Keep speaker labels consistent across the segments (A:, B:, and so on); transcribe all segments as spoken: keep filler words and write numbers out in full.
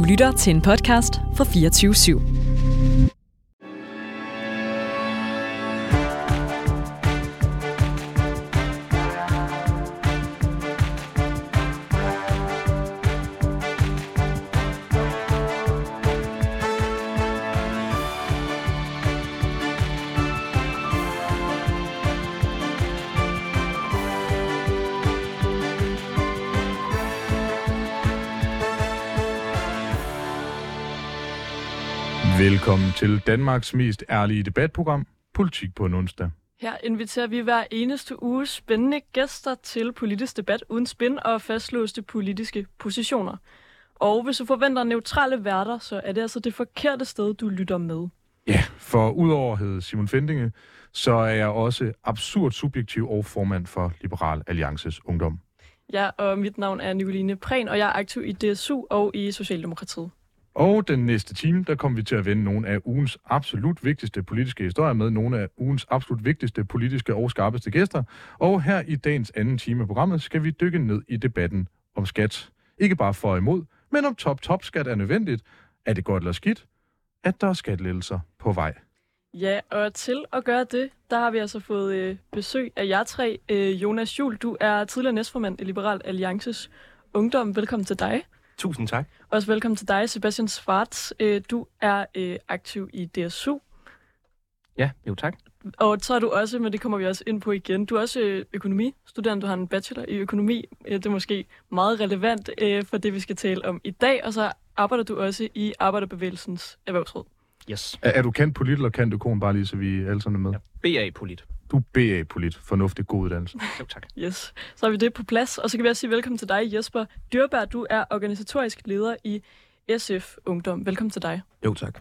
A: lytter til en podcast fra fireogtyve syv.
B: Velkommen til Danmarks mest ærlige debatprogram, Politik på en onsdag.
C: Her inviterer vi hver eneste uge spændende gæster til politisk debat uden spin og fastlåste politiske positioner. Og hvis du forventer neutrale værter, så er det altså det forkerte sted, du lytter med.
B: Ja, for udover at hedde Simon Fendinge, så er jeg også absurd subjektiv og formand for Liberal Alliances Ungdom.
C: Ja, og mit navn er Nicoline Prehn, og jeg er aktiv i D S U og i Socialdemokratiet.
B: Og den næste time, der kommer vi til at vende nogle af ugens absolut vigtigste politiske historier med nogle af ugens absolut vigtigste politiske og skarpeste gæster. Og her i dagens anden time af programmet skal vi dykke ned i debatten om skat. Ikke bare for og imod, men om top-top-skat er nødvendigt. Er det godt eller skidt? At der er skattelettelser på vej.
C: Ja, og til at gøre det, der har vi altså fået øh, besøg af jer tre. Øh, Jonas Juhl, du er tidligere næstformand i Liberal Alliances Ungdom. Velkommen til dig.
D: Tusind tak.
C: Også velkommen til dig, Sebastian Schwartz. Du er øh, aktiv i D S U.
D: Ja, jo tak.
C: Og så er du også, men det kommer vi også ind på igen, du er også øh, økonomistuderende, du har en bachelor i økonomi. Det er måske meget relevant øh, for det, vi skal tale om i dag. Og så arbejder du også i Arbejderbevægelsens Erhvervsråd.
D: Yes.
B: Er, er du kendt polit eller kendt økonom, bare lige så vi alle sammen er med?
D: Ja, B A-polit.
B: Du er B A-polit. Fornuftig, god uddannelse.
D: Jo, tak.
C: Yes. Så har vi det på plads. Og så kan vi også sige velkommen til dig, Jesper Dyrberg. Du er organisatorisk leder i S F Ungdom. Velkommen til dig.
D: Jo, tak.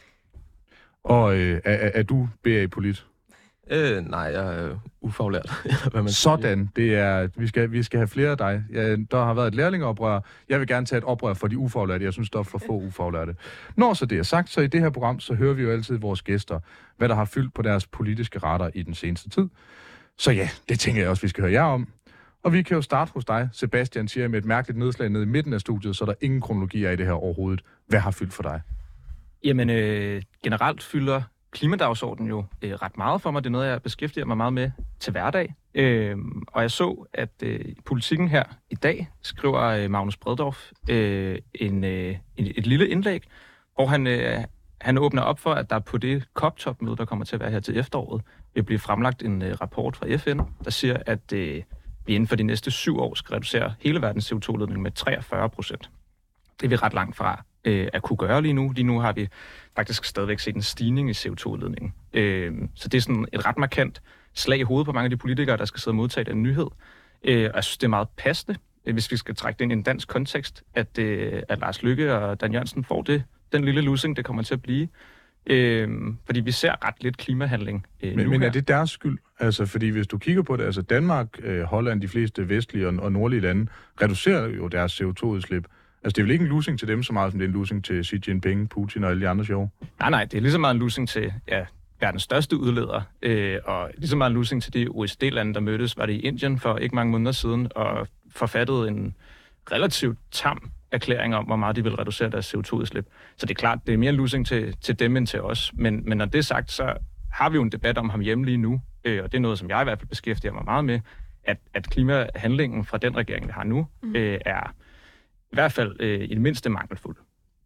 B: Og øh, er, er du B A-polit?
D: Øh, nej, jeg er ufaglært. Hvad man
B: Sådan. Det er, vi, skal, vi skal have flere af dig. Ja, der har været et lærlingeoprør. Jeg vil gerne tage et oprør for de ufaglærte. Jeg synes, der er for få ufaglærte. Når så det er sagt, så i det her program, så hører vi jo altid vores gæster, hvad der har fyldt på deres politiske retter i den seneste tid. Så ja, det tænker jeg også, vi skal høre jer om. Og vi kan jo starte hos dig. Sebastian siger med et mærkeligt nedslag nede i midten af studiet, så der er ingen kronologi af i det her overhovedet. Hvad har fyldt for dig?
D: Jamen, øh, generelt fylder klimadagsordenen jo øh, ret meget for mig. Det er noget, jeg beskæftiger mig meget med til hverdag. Øh, og jeg så, at øh, Politikken her i dag skriver øh, Magnus Breddorff øh, en, øh, en, et lille indlæg, hvor han, øh, han åbner op for, at der på det COP-topmøde, der kommer til at være her til efteråret, vil blive fremlagt en øh, rapport fra F N, der siger, at øh, vi inden for de næste syv år skal reducere hele verdens C O to udledning med treogfyrre procent. Det er vi ret langt fra øh, at kunne gøre lige nu. Lige nu har vi faktisk stadigvæk set en stigning i C O to udledningen. Øh, så det er sådan et ret markant slag i hovedet på mange af de politikere, der skal sidde og modtage den nyhed. Øh, og jeg synes, det er meget passende, hvis vi skal trække det ind i en dansk kontekst, at, øh, at Lars Løkke og Dan Jørgensen får det, den lille lussing, det kommer til at blive. Øh, fordi vi ser ret lidt klimahandling øh,
B: men,
D: nu
B: men er
D: her.
B: det deres skyld? Altså, fordi hvis du kigger på det, altså Danmark, øh, Holland, de fleste vestlige og, og nordlige lande, reducerer jo deres C O to udslip. Altså, det er vel ikke en losing til dem så meget, som det er en losing til Xi Jinping, Putin og alle de andre sjove?
D: Nej, nej, det er lige så meget en losing til ja, verdens største udleder, øh, og lige så meget en losing til de O E C D-lande, der mødtes, var det i Indien for ikke mange måneder siden, og forfattede en relativt tam erklæring om, hvor meget de vil reducere deres C O to udslip. Så det er klart, det er mere en losing til, til dem end til os. Men, men når det er sagt, så har vi jo en debat om ham hjemme lige nu, øh, og det er noget, som jeg i hvert fald beskæftiger mig meget med, at, at klimahandlingen fra den regering, vi har nu, mm. øh, er i hvert fald øh, i det mindste mangelfuld.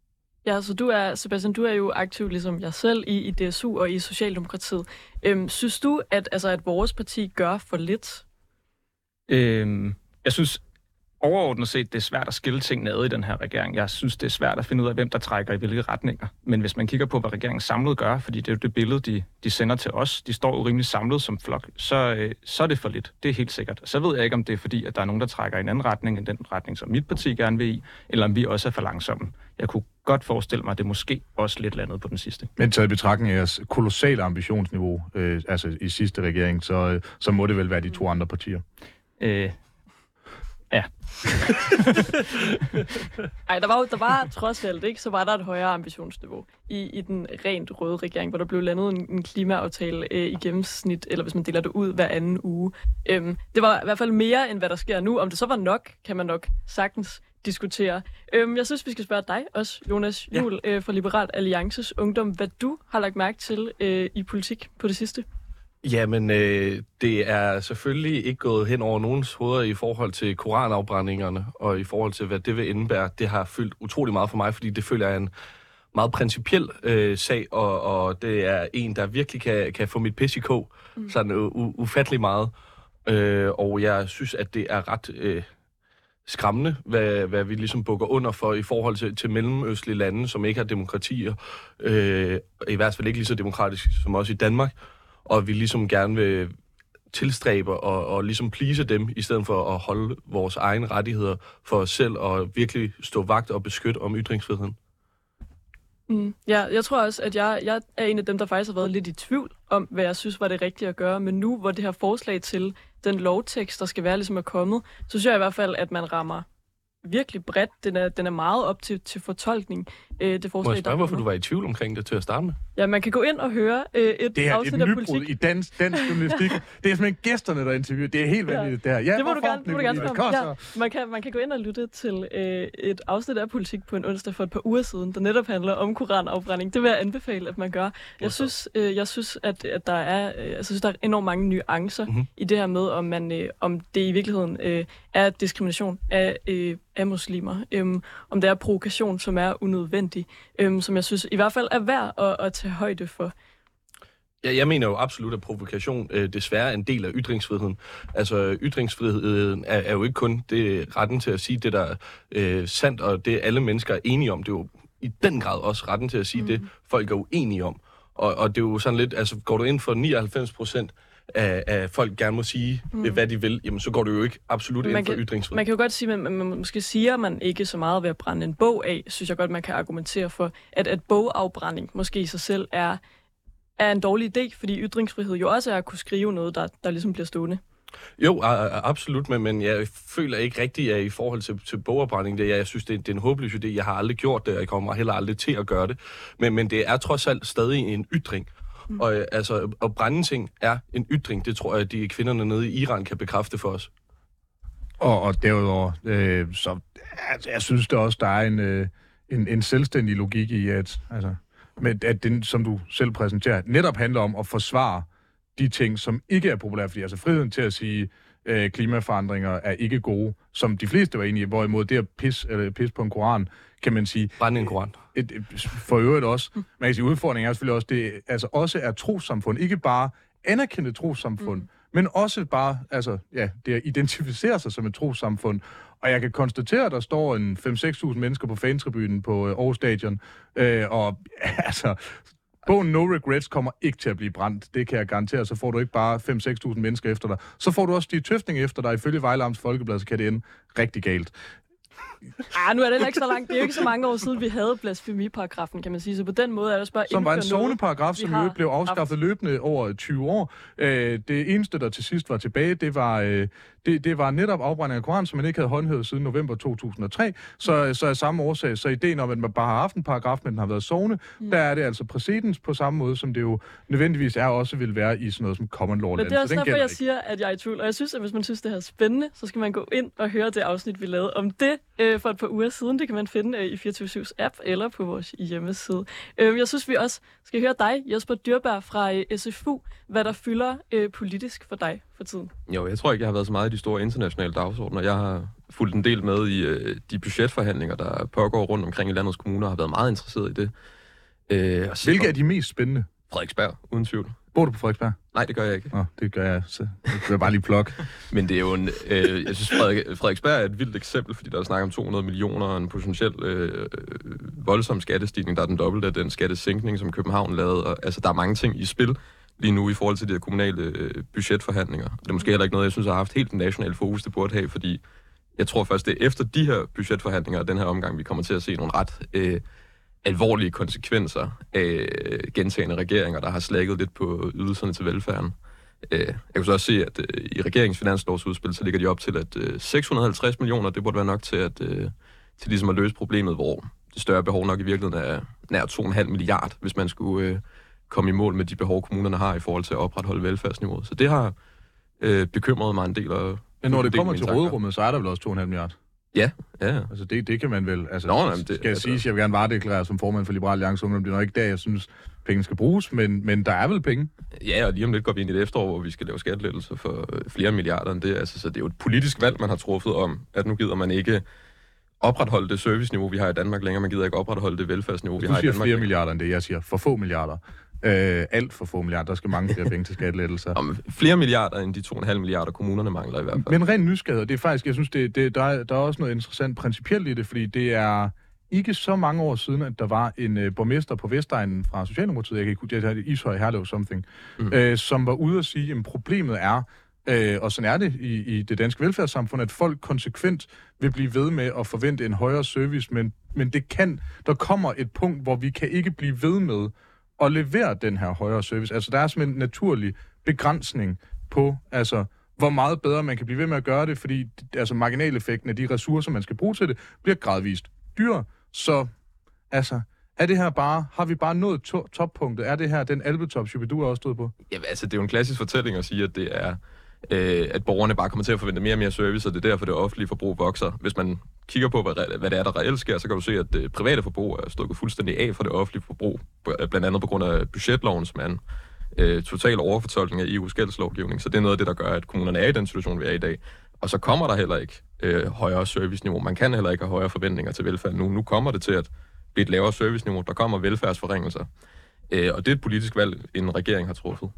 C: Ja, så du er, Sebastian, du er jo aktiv ligesom jeg selv i, i D S U og i Socialdemokratiet. Øhm, synes du, at, altså, at vores parti gør for lidt?
D: Øhm, jeg synes overordnet set, det er svært at skille tingene ad i den her regering. Jeg synes, det er svært at finde ud af, hvem der trækker i hvilke retninger. Men hvis man kigger på, hvad regeringen samlet gør, fordi det er jo det billede, de, de sender til os, de står jo rimelig samlet som flok, så, øh, så er det for lidt. Det er helt sikkert. Så ved jeg ikke, om det er fordi, at der er nogen, der trækker i en anden retning end den retning, som mit parti gerne vil i, eller om vi også er for langsomme. Jeg kunne godt forestille mig, at det måske også lidt landet på den sidste.
B: Men taget i betragtning af jeres kolossale ambitionsniveau, øh, altså i sidste regering, så, øh, så må det vel være de to andre partier?
D: Øh, Ja.
C: Ej, der var jo, der var trods alt, ikke, så var der et højere ambitionsniveau i, i den rent røde regering, hvor der blev landet en, en klimaaftale øh, i gennemsnit, eller hvis man deler det ud hver anden uge. Øhm, det var i hvert fald mere, end hvad der sker nu. Om det så var nok, kan man nok sagtens diskutere. Øhm, jeg synes, vi skal spørge dig også, Jonas Juhl, ja. øh, fra Liberal Alliances Ungdom, hvad du har lagt mærke til øh, i politik på det sidste.
E: Jamen, øh, det er selvfølgelig ikke gået hen over nogens hoveder i forhold til koranafbrændingerne, og i forhold til, hvad det vil indebære. Det har fyldt utrolig meget for mig, fordi det føler jeg er en meget principiel øh, sag, og, og det er en, der virkelig kan, kan få mit pis i kog, mm. sådan u- ufattelig meget. Øh, og jeg synes, at det er ret øh, skræmmende, hvad, hvad vi ligesom bukker under for i forhold til, til mellemøstlige lande, som ikke har demokratier, øh, i hvert fald ikke lige så demokratisk som også i Danmark, og vi ligesom gerne vil tilstræbe og, og ligesom please dem, i stedet for at holde vores egne rettigheder for os selv, og virkelig stå vagt og beskytte om ytringsfriheden.
C: Mm. Ja, jeg tror også, at jeg, jeg er en af dem, der faktisk har været lidt i tvivl om, hvad jeg synes var det rigtige at gøre. Men nu, hvor det her forslag til den lovtekst, der skal være, ligesom er kommet, så synes jeg i hvert fald, at man rammer virkelig bredt. Den er, den er meget op til, til fortolkning. Øh, det forslag,
E: Må jeg spørge, hvorfor du var i tvivl omkring det til at starte med?
C: Ja, man kan gå ind og høre øh, et
B: det er
C: afsnit
B: et
C: af
B: nybrud
C: politik.
B: i dansk, dansk journalistik. Det er simpelthen gæsterne, der interviewer. Det er helt vanvittigt, det her. Ja,
C: det må du gerne, må du gerne spørge.
B: Ja,
C: man, kan, man kan gå ind og lytte til øh, et afsnit af politik på en onsdag for et par uger siden, der netop handler om koranafbrænding. Det vil jeg anbefale, at man gør. Jeg synes, øh, jeg synes at, at der er, øh, jeg synes, der er enormt mange nuancer mm-hmm. i det her med, om, man, øh, om det i virkeligheden øh, er diskrimination af, øh, af muslimer. Øhm, om det er provokation, som er unødvendig. Øhm, som jeg synes i hvert fald er værd at, at tage højde for.
E: Ja, jeg mener jo absolut, at provokation øh, desværre er en del af ytringsfriheden. Altså, ytringsfriheden er, er jo ikke kun det retten til at sige det, der er øh, sandt, og det alle mennesker er enige om. Det er jo i den grad også retten til at sige mm. det, folk er uenige om. Og, og det er jo sådan lidt, altså går du ind for nioghalvfems procent af, af folk gerne må sige, mm. hvad de vil, jamen så går du jo ikke absolut ind for ytringsfrihed.
C: Man kan jo godt sige, at man, man måske siger man ikke så meget ved at brænde en bog af, synes jeg godt, man kan argumentere for, at, at bogafbrænding måske i sig selv er, er en dårlig idé, fordi ytringsfrihed jo også er at kunne skrive noget, der, der ligesom bliver stående.
E: Jo, absolut, men, men jeg føler ikke rigtigt, at i forhold til, til bogafbrænding, det, jeg synes, det, det er en håbløs idé. Jeg har aldrig gjort det, og jeg kommer heller aldrig til at gøre det. Men, men det er trods alt stadig en ytring. Mm. Og altså, at brænde ting er en ytring. Det tror jeg, at de kvinderne nede i Iran kan bekræfte for os.
B: Og, og derudover, øh, så altså, jeg synes det også, der er en, øh, en, en selvstændig logik i, at, altså, med, at den, som du selv præsenterer, netop handler om at forsvare de ting, som ikke er populære. Fordi altså friheden til at sige, øh, klimaforandringer er ikke gode, som de fleste var enige i, hvorimod det at pis, eller pis på en koran, kan man sige...
E: Brænde en koran.
B: Et, et, for øvrigt også. Man kan sige, udfordringen er selvfølgelig også, det altså også er trossamfund. Ikke bare anerkendte trossamfund, mm. men også bare, altså, ja, det at identificere sig som et trossamfund. Og jeg kan konstatere, at der står en fem til seks tusind mennesker på fantribunen på øh, Aarhus Stadion, øh, og altså... Bogen No Regrets kommer ikke til at blive brændt. Det kan jeg garantere. Så får du ikke bare fem til seks tusind mennesker efter dig. Så får du også de tøfting efter dig. Ifølge Vejle Amts Folkeblad, så kan det ende rigtig galt.
C: Ah, nu er det ikke så langt. Det er jo ikke så mange år siden, vi havde blasfemiparagrafen, kan man sige. Så på den måde er det også bare...
B: Som var en zoneparagraf, som jo blev afskaffet haft. løbende over tyve år. Øh, det eneste, der til sidst var tilbage, det var, øh, det, det var netop afbrænding af Koran, som man ikke havde håndhævet siden november to tusind og tre. Så, så er samme årsag. Så ideen om, at man bare har haft en paragraf, men den har været zone, mm. der er det altså præcedens på samme måde, som det jo nødvendigvis er også vil være i sådan noget som common law.
C: Men det er også derfor, jeg ikke. siger, at jeg er i tvivl. Og jeg synes, at hvis man synes, det her er spændende, så skal man gå ind og høre det afsnit, vi lavede om det øh, for et par uger siden. Det kan man finde øh, i fireogtyve syvs app eller på vores hjemmeside. Øh, jeg synes, vi også skal høre dig, Jesper Dyrberg fra øh, S F U, hvad der fylder øh, politisk for dig for tiden.
F: Jo, jeg tror ikke, jeg har været så meget i de store internationale dagsordner. Jeg har fulgt en del med i øh, de budgetforhandlinger, der pågår rundt omkring i landets kommuner, og har været meget interesseret i det. Øh,
B: Hvilke er de mest spændende?
F: Frederiksberg, uden tvivl.
B: Bor du på Frederiksberg?
F: Nej, det gør jeg ikke.
B: Nå, det gør jeg. Så det vil jeg bare lige plukke.
F: Men det er jo en... Øh, jeg synes, Frederik, Frederiksberg er et vildt eksempel, fordi der er snak om to hundrede millioner og en potentiel øh, voldsom skattestigning, der er den dobbelte af den skattesænkning, som København lavede. Og, altså, der er mange ting i spil lige nu i forhold til de her kommunale øh, budgetforhandlinger. Det er måske heller ikke noget, jeg synes har haft helt den nationale fokus, det burde have, fordi jeg tror først, det er efter de her budgetforhandlinger og den her omgang, vi kommer til at se nogle ret... Øh, alvorlige konsekvenser af gentagende regeringer, der har slækket lidt på ydelserne til velfærden. Øh, jeg kan så også se, at øh, i regeringens finanslovsudspil, så ligger de op til, at øh, seks hundrede og halvtreds millioner, det burde være nok til at, øh, til ligesom at løse problemet, hvor det større behov nok i virkeligheden er nær to komma fem milliard, hvis man skulle øh, komme i mål med de behov, kommunerne har i forhold til at opretholde velfærdsniveauet. Så det har øh, bekymret mig en del. Og
B: Men når det kommer til råderummet, så er der vel også to komma fem milliard?
F: Ja, ja.
B: Altså det, det kan man vel, altså
F: Nå, jamen, det,
B: skal jeg
F: altså,
B: sige, at jeg vil gerne varedeklarere som formand for Liberal Alliance Ungdom. Det er nok ikke der, jeg synes, penge skal bruges, men, men der er vel penge?
F: Ja, og lige om lidt går vi ind i et efterår, hvor vi skal lave skattelettelser for øh, flere milliarder end det. Altså, så det er jo et politisk valg, man har truffet om, at nu gider man ikke opretholde det serviceniveau, vi har i Danmark længere. Man gider ikke opretholde det velfærdsniveau, vi har i Danmark.
B: Du siger flere milliarder end det, jeg siger for få milliarder. Øh, alt for få milliarder. Der skal mange flere penge til skattelettelser.
F: Om flere milliarder end de to komma fem milliarder, kommunerne mangler i hvert fald.
B: Men rent nysgerrighed, det er faktisk, jeg synes, det, det, der, er, der er også noget interessant principielt i det, fordi det er ikke så mange år siden, at der var en øh, borgmester på Vestegnen fra Socialdemokratiet, jeg kan ikke huske, det er Ishøj Herlev something, mm. øh, som var ude at sige, at problemet er, øh, og sådan er det i, i det danske velfærdssamfund, at folk konsekvent vil blive ved med at forvente en højere service, men, men det kan, der kommer et punkt, hvor vi kan ikke blive ved med at levere den her højere service. Altså, der er simpelthen en naturlig begrænsning på, altså, hvor meget bedre man kan blive ved med at gøre det, fordi altså, marginaleffekten af de ressourcer, man skal bruge til det, bliver gradvist dyrere. Så, altså, er det her bare, har vi bare nået to- toppunktet? Er det her den alpetop, du har også stået på?
F: Jamen, altså, det er jo en klassisk fortælling at sige, at det er, øh, at borgerne bare kommer til at forvente mere og mere service, og det er derfor, det offentlige forbrug vokser. Hvis man kigger på, hvad, hvad det er, der reelt sker, så kan du se, at det private forbrug er stukket fuldstændig af for det offentlige forbrug, blandt andet på grund af budgetloven, som er en øh, total overfortolkning af E U's gældslovgivning. Så det er noget af det, der gør, at kommunerne er i den situation, vi er i dag. Og så kommer der heller ikke øh, højere serviceniveau. Man kan heller ikke have højere forventninger til velfærd nu. Nu kommer det til at blive et lavere serviceniveau. Der kommer velfærdsforringelser. Øh, og det er et politisk valg, en regering har truffet.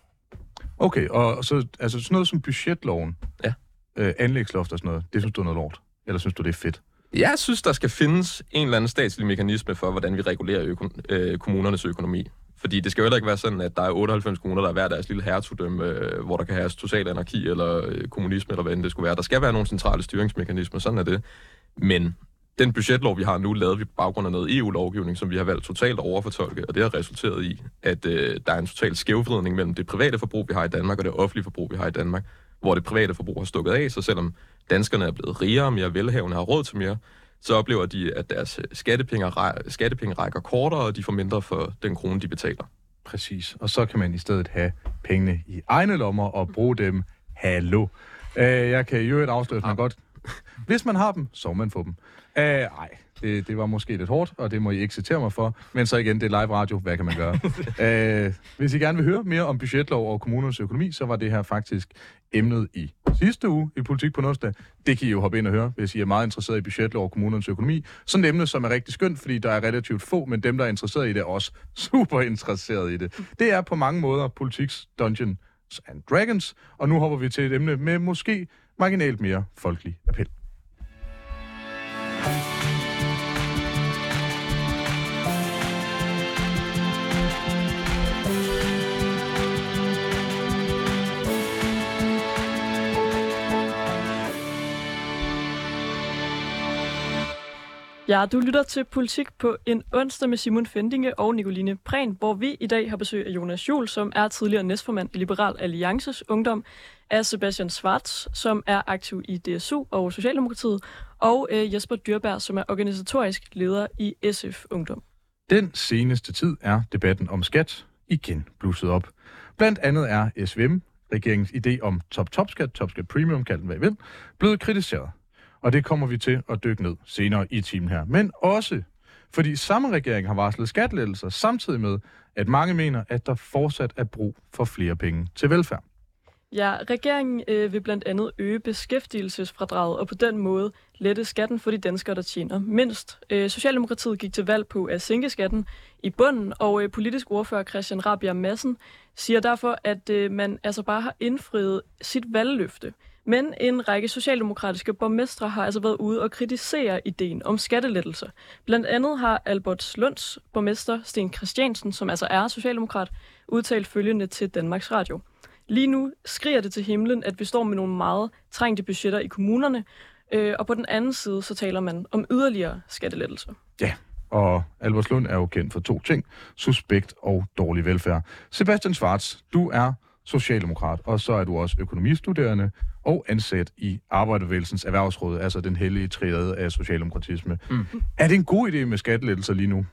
B: Okay, og så altså sådan noget som budgetloven,
F: ja.
B: øh, anlægsloft og sådan noget, det synes du er noget lort? Eller synes du, det er fedt?
F: Jeg synes, der skal findes en eller anden statslig mekanisme for, hvordan vi regulerer øko- øh, kommunernes økonomi. Fordi det skal jo heller ikke være sådan, at der er otteoghalvfems kommuner, der er hver deres lille hertugdømme, øh, hvor der kan have total anarki eller øh, kommunisme, eller hvad end det skulle være. Der skal være nogle centrale styringsmekanismer, sådan er det. Men den budgetlov, vi har nu, lavede vi på baggrund af noget E U-lovgivning, som vi har valgt totalt at overfortolke, og det har resulteret i, at øh, der er en total skævvridning mellem det private forbrug, vi har i Danmark, og det offentlige forbrug, vi har i Danmark, hvor det private forbrug har stukket af, så selvom danskerne er blevet rigere, mere velhavende, har råd til mere, så oplever de, at deres skattepenge, skattepenge rækker kortere, og de får mindre for den krone, de betaler.
B: Præcis. Og så kan man i stedet have pengene i egne lommer og bruge dem. Hallo. Uh, jeg kan jo et afsløre, man godt. Hvis man har dem, så må man få dem. Uh, ej, det, det var måske lidt hårdt, og det må I ikke citere mig for. Men så igen, det er live radio. Hvad kan man gøre? uh, hvis I gerne vil høre mere om budgetlov og kommunernes økonomi, så var det her faktisk emnet i sidste uge i Politik på Onsdag. Det kan I jo hoppe ind og høre, hvis I er meget interesseret i budgetlov og kommunernes økonomi. Sådan et emne, som er rigtig skønt, fordi der er relativt få, men dem, der er interesseret i det, er også super interesseret i det. Det er på mange måder Politiks Dungeons and Dragons, og nu hopper vi til et emne med måske marginalt mere folkelig appel.
C: Ja, du lytter til Politik på en onsdag med Simon Fendinge og Nicoline Prehn, hvor vi i dag har besøg af Jonas Juhl, som er tidligere næstformand i Liberal Alliances Ungdom, af Sebastian Schwartz, som er aktiv i D S U og Socialdemokratiet, og øh, Jesper Dyrberg, som er organisatorisk leder i S F Ungdom.
B: Den seneste tid er debatten om skat igen blusset op. Blandt andet er S V M, regeringens idé om top-top-skat, top-skat premium, kald den hvad I vil, blevet kritiseret. Og det kommer vi til at dykke ned senere i timen her. Men også, fordi samme regering har varslet skattelettelser, samtidig med, at mange mener, at der fortsat er brug for flere penge til velfærd.
C: Ja, regeringen øh, vil blandt andet øge beskæftigelsesfradraget og på den måde lette skatten for de danskere, der tjener mindst. Øh, Socialdemokratiet gik til valg på at sænke skatten i bunden, og øh, politisk ordfører Christian Rabjerg Madsen siger derfor, at øh, man altså bare har indfriet sit valgløfte. Men en række socialdemokratiske borgmestre har altså været ude og kritisere ideen om skattelettelser. Blandt andet har Albertslunds borgmester Sten Christiansen, som altså er socialdemokrat, udtalt følgende til Danmarks Radio. Lige nu skriger det til himlen, at vi står med nogle meget trængte budgetter i kommunerne, øh, og på den anden side så taler man om yderligere skattelettelser.
B: Ja, og Albertslund er jo kendt for to ting, suspekt og dårlig velfærd. Sebastian Schwartz, du er socialdemokrat, og så er du også økonomistuderende og ansat i Arbejderbevægelsens Erhvervsråd, altså den hellige triade af socialdemokratisme. Mm. Er det en god idé med skattelettelser lige nu?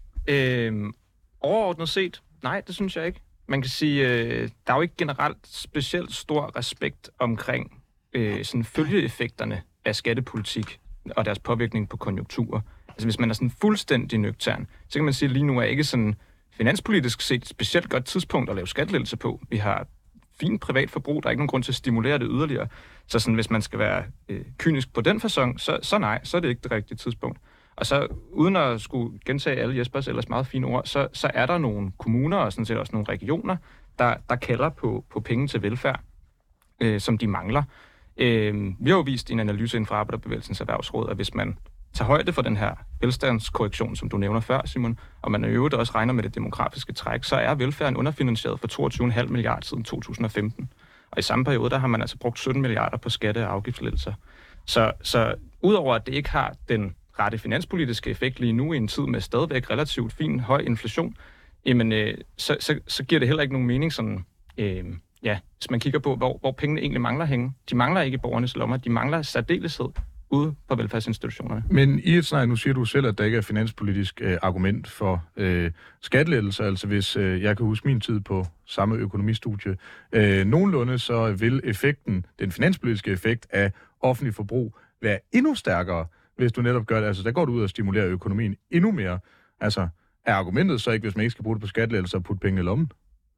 D: Øhm, overordnet set, nej, det synes jeg ikke. Man kan sige, øh, der er jo ikke generelt specielt stor respekt omkring øh, sådan følgeeffekterne af skattepolitik og deres påvirkning på konjunkturer. Altså hvis man er sådan fuldstændig nøgtern, så kan man sige, at lige nu er ikke sådan finanspolitisk set et specielt godt tidspunkt at lave skattelettelser på. Vi har fint privat forbrug, der er ikke nogen grund til at stimulere det yderligere. Så sådan, hvis man skal være øh, kynisk på den facon, så, så nej, så er det ikke det rigtige tidspunkt. Og så uden at skulle gentage alle Jespers ellers meget fine ord, så, så er der nogle kommuner og sådan set også nogle regioner, der, der kalder på, på penge til velfærd, øh, som de mangler. Øh, vi har jo vist i en analyse inden for Arbejderbevægelsens Erhvervsråd, at hvis man tager højde for den her velstandskorrektion, som du nævner før, Simon, og man i øvrigt også regner med det demografiske træk, så er velfærden underfinansieret for toogtyve komma fem milliarder siden to tusind og femten. Og i samme periode, der har man altså brugt sytten milliarder på skatte- og afgiftslettelser. Så, så udover at det ikke har den rette finanspolitiske effekt lige nu i en tid med stadigvæk relativt fin, høj inflation, jamen, øh, så, så, så giver det heller ikke nogen mening sådan, øh, ja, hvis man kigger på, hvor, hvor pengene egentlig mangler at hænge. De mangler ikke i borgernes lommer, de mangler særdeleshed ude på velfærdsinstitutionerne.
B: Men i et scenarie, nu siger du selv, at der ikke er finanspolitisk øh, argument for øh, skattelettelser. Altså hvis øh, jeg kan huske min tid på samme økonomistudie, øh, nogenlunde så vil effekten, den finanspolitiske effekt af offentlig forbrug, være endnu stærkere, hvis du netop gør det. Altså der går du ud og stimulerer økonomien endnu mere. Altså er argumentet så ikke, hvis man ikke skal bruge det på skattelettelser, at putte pengene i lommen?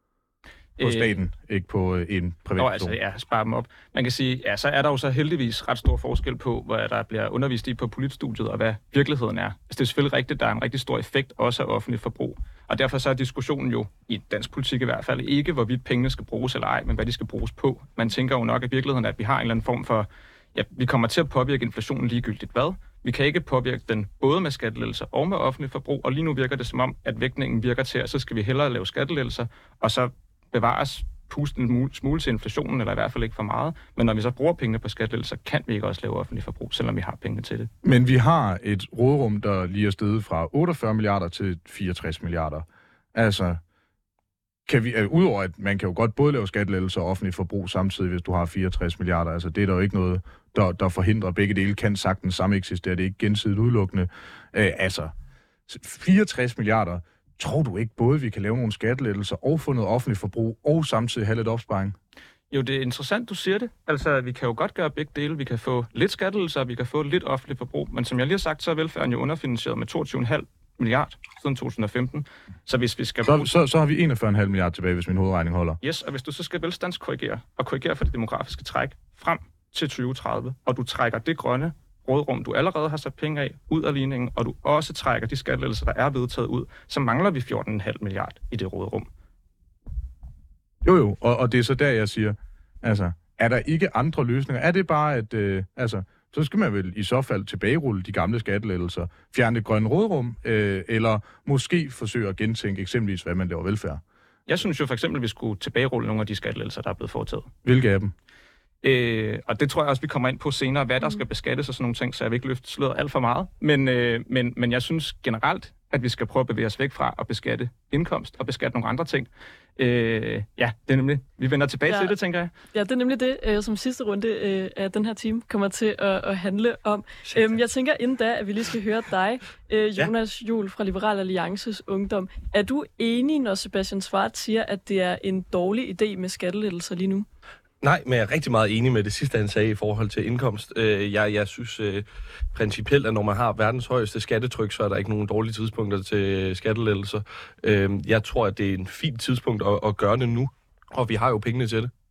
B: På staten, øh, ikke på øh, en privat person.
D: Altså, ja, spare dem op. Man kan sige, ja, så er der jo så heldigvis ret stor forskel på, hvad der bliver undervist i på politstudiet, og hvad virkeligheden er. Altså, det er selvfølgelig rigtigt, at der er en rigtig stor effekt også af offentligt forbrug. Og derfor så er diskussionen jo, i dansk politik i hvert fald, ikke hvorvidt pengene skal bruges eller ej, men hvad de skal bruges på. Man tænker jo nok i virkeligheden, at vi har en eller anden form for, ja, vi kommer til at påvirke inflationen ligegyldigt hvad. Vi kan ikke påvirke den både med skattelettelser og med offentligt forbrug, og lige nu virker det som om, at vægtningen virker til, at så skal vi hellere lave skattelettelser, og så bevares puste en smule til inflationen, eller i hvert fald ikke for meget. Men når vi så bruger pengene på skattelettelser, kan vi ikke også lave offentlig forbrug, selvom vi har pengene til det.
B: Men vi har et råderum, der lige er steget fra otteogfyrre milliarder til fireogtres milliarder. Altså, kan vi, uh, udover at man kan jo godt både lave skattelettelser og offentlig forbrug samtidig, hvis du har fireogtres milliarder. Altså, det er der jo ikke noget, der, der forhindrer. Begge dele kan sagtens samme eksistere. Det er ikke gensidigt udelukkende. Uh, altså, fireogtres milliarder. Tror du ikke både, vi kan lave nogle skattelettelser og få noget offentligt forbrug, og samtidig have lidt opsparing?
D: Jo, det er interessant, du siger det. Altså, vi kan jo godt gøre begge dele. Vi kan få lidt skattelettelser, vi kan få lidt offentligt forbrug. Men som jeg lige har sagt, så er velfærden jo underfinansieret med toogtyve komma fem milliarder siden to tusind og femten. Så hvis vi skal...
B: Så, så, så har vi enogfyrre komma fem milliarder tilbage, hvis min hovedregning holder.
D: Yes, og hvis du så skal velstandskorrigere, og korrigere for det demografiske træk frem til tyve tredive, og du trækker det grønne rådrum, du allerede har sat penge af, ud af ligningen, og du også trækker de skattelettelser, der er vedtaget ud, så mangler vi fjorten komma fem milliarder i det rådrum.
B: Jo jo, og, og det er så der, jeg siger, altså, er der ikke andre løsninger? Er det bare, at, øh, altså, så skal man vel i så fald tilbagerulle de gamle skattelettelser, fjerne det grønne rådrum, øh, eller måske forsøge at gentænke eksempelvis, hvad man laver velfærd?
D: Jeg synes jo for eksempel, at vi skulle tilbagerulle nogle af de skattelettelser, der er blevet foretaget.
B: Hvilke af dem?
D: Øh, og det tror jeg også, vi kommer ind på senere, hvad der skal beskattes og sådan nogle ting, så jeg vil ikke løfte sløret alt for meget. Men, øh, men, men jeg synes generelt, at vi skal prøve at bevæge os væk fra at beskatte indkomst og beskatte nogle andre ting. Øh, ja, det er nemlig. Vi vender tilbage ja. til det, tænker jeg.
C: Ja, det er nemlig det, øh, som sidste runde øh, af den her time kommer til at, at handle om. Øhm, jeg tænker inden da, at vi lige skal høre dig, øh, Jonas ja. Juhl fra Liberal Alliances Ungdom. Er du enig, når Sebastian Svart siger, at det er en dårlig idé med skattelettelser lige nu?
E: Nej, men jeg er rigtig meget enig med det sidste, han sagde i forhold til indkomst. Jeg, jeg synes øh, principielt, at når man har verdens højeste skattetryk, så er der ikke nogen dårlige tidspunkter til skattelettelser. Øh, jeg tror, at det er en fin tidspunkt at, at gøre det nu, og vi har jo pengene til det.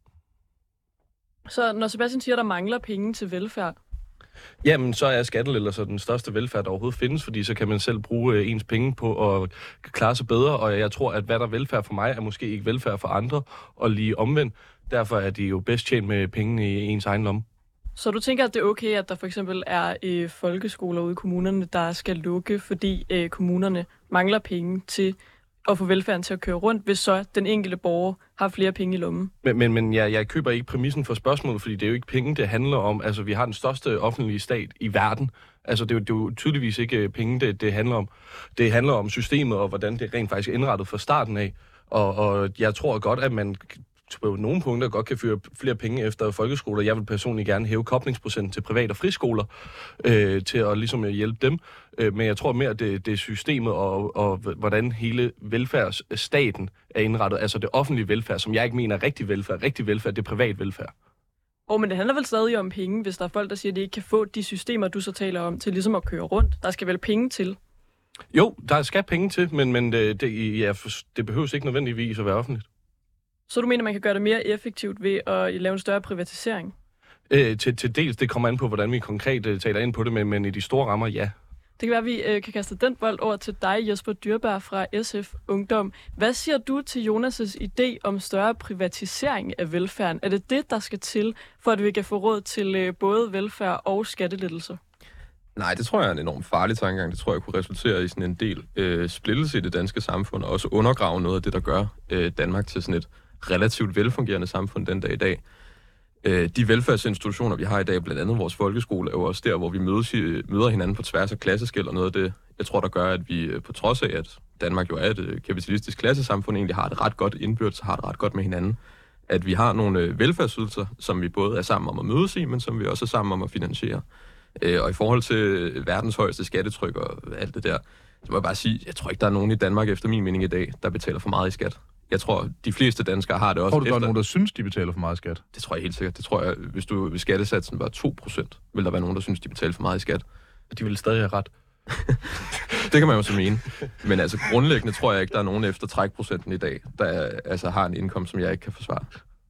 C: Så når Sebastian siger, at der mangler penge til velfærd?
E: Jamen, så er skattelettelser den største velfærd, der overhovedet findes, fordi så kan man selv bruge ens penge på at klare sig bedre, og jeg tror, at hvad der er velfærd for mig, er måske ikke velfærd for andre, og lige omvendt. Derfor er de jo bedst tjent med pengene i ens egen lomme.
C: Så du tænker, at det er okay, at der for eksempel er øh, folkeskoler ude i kommunerne, der skal lukke, fordi øh, kommunerne mangler penge til at få velfærden til at køre rundt, hvis så den enkelte borger har flere penge i lommen?
E: Men, men, men jeg, jeg køber ikke præmissen for spørgsmålet, fordi det er jo ikke penge, det handler om. Altså, vi har den største offentlige stat i verden. Altså, det er jo, det er jo tydeligvis ikke penge, det, det handler om. Det handler om systemet, og hvordan det rent faktisk er indrettet fra starten af. Og, og jeg tror godt, at man på nogle punkter godt kan føre flere penge efter folkeskoler. Jeg vil personligt gerne hæve koblingsprocenten til privat- og friskoler, øh, til at ligesom hjælpe dem. Øh, men jeg tror mere, at det, det er systemet og, og hvordan hele velfærdsstaten er indrettet. Altså det offentlige velfærd, som jeg ikke mener er rigtig velfærd. Rigtig velfærd, det er privat velfærd.
C: Åh, oh, men det handler vel stadig om penge, hvis der er folk, der siger, at de ikke kan få de systemer, du så taler om, til ligesom at køre rundt. Der skal vel penge til?
E: Jo, der skal penge til, men, men det, det, ja, det behøves ikke nødvendigvis at være offentligt.
C: Så du mener, man kan gøre det mere effektivt ved at lave en større privatisering?
E: Øh, til, til dels, det kommer an på, hvordan vi konkret uh, taler ind på det, men, men i de store rammer, ja.
C: Det kan være, at vi øh, kan kaste den bold over til dig, Jesper Dyrbær fra S F Ungdom. Hvad siger du til Jonas' idé om større privatisering af velfærden? Er det det, der skal til, for at vi kan få råd til øh, både velfærd og skattelettelser?
F: Nej, det tror jeg er en enormt farlig tankegang. Det tror jeg kunne resultere i sådan en del øh, splittelse i det danske samfund, og også undergrave noget af det, der gør øh, Danmark til sådan et relativt velfungerende samfund den dag i dag. Øh, de velfærdsinstitutioner, vi har i dag, blandt andet vores folkeskole, er jo også der, hvor vi mødes, møder hinanden på tværs af klasseskel, og noget af det, jeg tror, der gør, at vi på trods af, at Danmark jo er et kapitalistisk klassesamfund, egentlig har det ret godt indbyrdes, har det ret godt med hinanden, at vi har nogle velfærdsydelser, som vi både er sammen om at mødes i, men som vi også er sammen om at finansiere. Øh, og i forhold til verdens højeste skattetryk og alt det der, så må jeg bare sige, jeg tror ikke, der er nogen i Danmark, efter min mening i dag, der betaler for meget i skat. Jeg tror, de fleste danskere har det også.
B: Tror du, der
F: efter...
B: er nogen, der synes, de betaler for meget skat?
F: Det tror jeg helt sikkert. Det tror jeg, hvis, du, hvis skattesatsen var to procent, vil der være nogen, der synes, de betaler for meget i skat.
E: De vil stadig have ret.
F: Det kan man jo så mene. Men altså grundlæggende tror jeg ikke, der er nogen efter trækprocenten i dag, der altså, har en indkomst, som jeg ikke kan forsvare.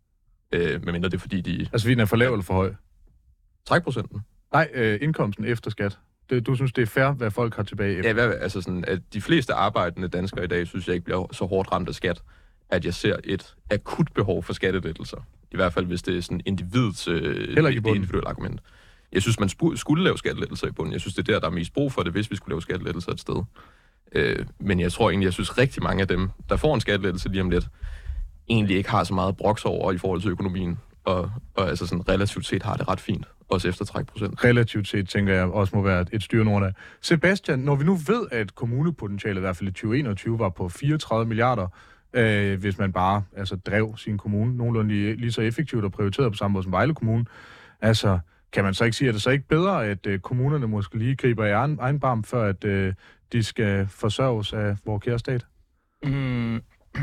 F: Øh, medmindre det er, fordi de...
B: Altså, fordi den er for lav eller for høj?
F: Trækprocenten?
B: Nej, øh, indkomsten efter skat. Det, du synes, det er fair, hvad folk har tilbage efter?
F: Ja, hvad, altså sådan, at de fleste arbejdende danskere i dag, synes jeg ikke bliver så hårdt ramt af skat, at jeg ser et akut behov for skattelettelser. I hvert fald, hvis det er sådan individets øh, det individuelle argument. Jeg synes, man spu- skulle lave skattelettelser i bunden. Jeg synes, det er der, der er mest brug for det, hvis vi skulle lave skattelettelser et sted. Øh, men jeg tror egentlig, jeg synes rigtig mange af dem, der får en skattelettelse lige om lidt, egentlig ikke har så meget broks over i forhold til økonomien. Og, og altså sådan relativt set har det ret fint. Også efter trækprocent.
B: Relativt set, tænker jeg, også må være et styrenord af. Sebastian, når vi nu ved, at kommunepotentialet i hvert fald i tyve enogtyve var på fireogtredive milliarder, øh, hvis man bare altså, drev sin kommune nogenlunde lige, lige så effektivt og prioriteret på samme måde som Vejle Kommune, altså, kan man så ikke sige, at det så ikke bedre, at øh, kommunerne måske lige griber i egen, egen barm, før at øh, de skal forsørges af vores kære stat? Mm.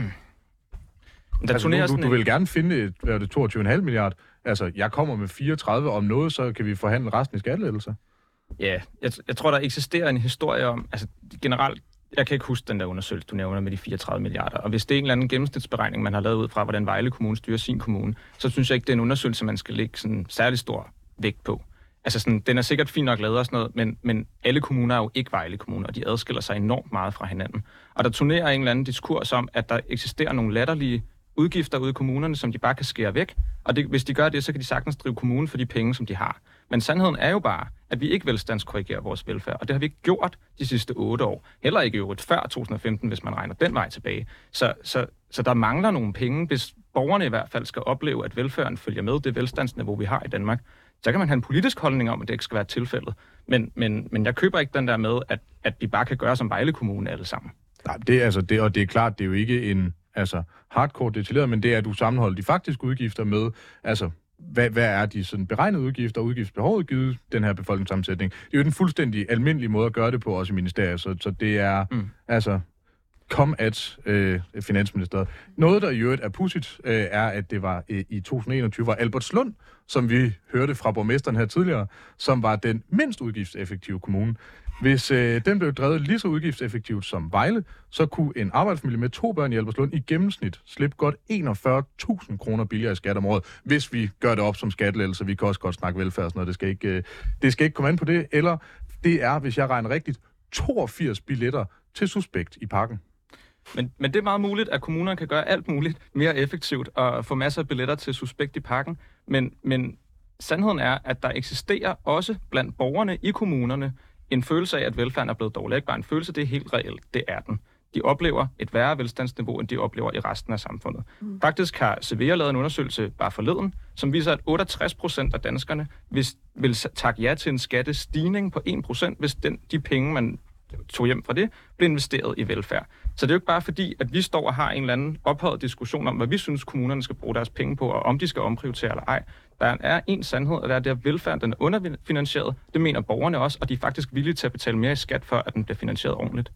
B: Altså, du, du, du vil gerne finde et, hvad er det, toogtyve komma fem milliard. Altså, jeg kommer med fireogtredive om noget, så kan vi forhandle resten i skattelettelser.
D: Ja, jeg, jeg tror, der eksisterer en historie om, altså generelt, jeg kan ikke huske den der undersøgelse, du nævner med de fireogtredive milliarder, og hvis det er en eller anden gennemsnitsberegning, man har lavet ud fra, hvordan Vejle Kommune styrer sin kommune, så synes jeg ikke, det er en undersøgelse, man skal lægge sådan særlig stor vægt på. Altså sådan, den er sikkert fint nok lavet og sådan noget, men, men alle kommuner er jo ikke Vejle Kommune, og de adskiller sig enormt meget fra hinanden. Og der turnerer en eller anden diskurs om, at der eksisterer nogle latterlige udgifter ude i kommunerne, som de bare kan skære væk. Og det, hvis de gør det, så kan de sagtens drive kommunen for de penge, som de har. Men sandheden er jo bare, at vi ikke velstandskorrigerer vores velfærd, og det har vi ikke gjort de sidste otte år. Heller ikke i øvrigt før to tusind og femten, hvis man regner den vej tilbage. Så, så, så der mangler nogle penge, hvis borgerne i hvert fald skal opleve, at velfærden følger med det velstandsniveau, vi har i Danmark. Så kan man have en politisk holdning om, at det ikke skal være tilfældet. Men, men, men jeg køber ikke den der med, at, at vi bare kan gøre som Vejle Kommune alle sammen.
B: Nej, det er altså det, og det er klart, det er jo ikke en altså hardcore detaljeret, men det er, at du sammenholder de faktiske udgifter med, altså, hvad, hvad er de sådan beregnede udgifter og udgiftsbehovet givet den her befolkningssammensætning. Det er jo den fuldstændig almindelige måde at gøre det på, også i ministeriet, så, så det er, mm. altså, kom at øh, Finansministeriet. Noget, der i øvrigt er pudsigt, øh, er, at det var øh, i to tusind og enogtyve var Albertslund, som vi hørte fra borgmesteren her tidligere, som var den mindst udgiftseffektive kommune. Hvis øh, den blev drevet lige så udgiftseffektivt som Vejle, så kunne en arbejdsfamilie med to børn i Albertslund i gennemsnit slippe godt enogfyrre tusind kroner billigere i skat om året, hvis vi gør det op som skattelettelse. Vi kan også godt snakke velfærd og sådan noget. Det skal ikke, øh, det skal ikke komme an på det. Eller det er, hvis jeg regner rigtigt, toogfirs billetter til Suspekt i Parken.
D: Men, men det er meget muligt, at kommunerne kan gøre alt muligt mere effektivt og få masser af billetter til Suspekt i Parken. Men, men sandheden er, at der eksisterer også blandt borgerne i kommunerne en følelse af, at velfærden er blevet dårlig. Ikke bare en følelse, det er helt reelt. Det er den. De oplever et værre velstandsniveau, end de oplever i resten af samfundet. Mm. Faktisk har Cevea lavet en undersøgelse bare forleden, som viser, at otteogtres procent af danskerne vil, vil takke ja til en skattestigning på en procent, hvis den, de penge, man tog hjem fra det, blev investeret i velfærd. Så det er jo ikke bare fordi, at vi står og har en eller anden ophøjet diskussion om, hvad vi synes, kommunerne skal bruge deres penge på, og om de skal omprioritere eller ej. Der er en sandhed, og det er, det, at velfærden den er underfinansieret. Det mener borgerne også, og de er faktisk villige til at betale mere i skat, for at den bliver finansieret ordentligt.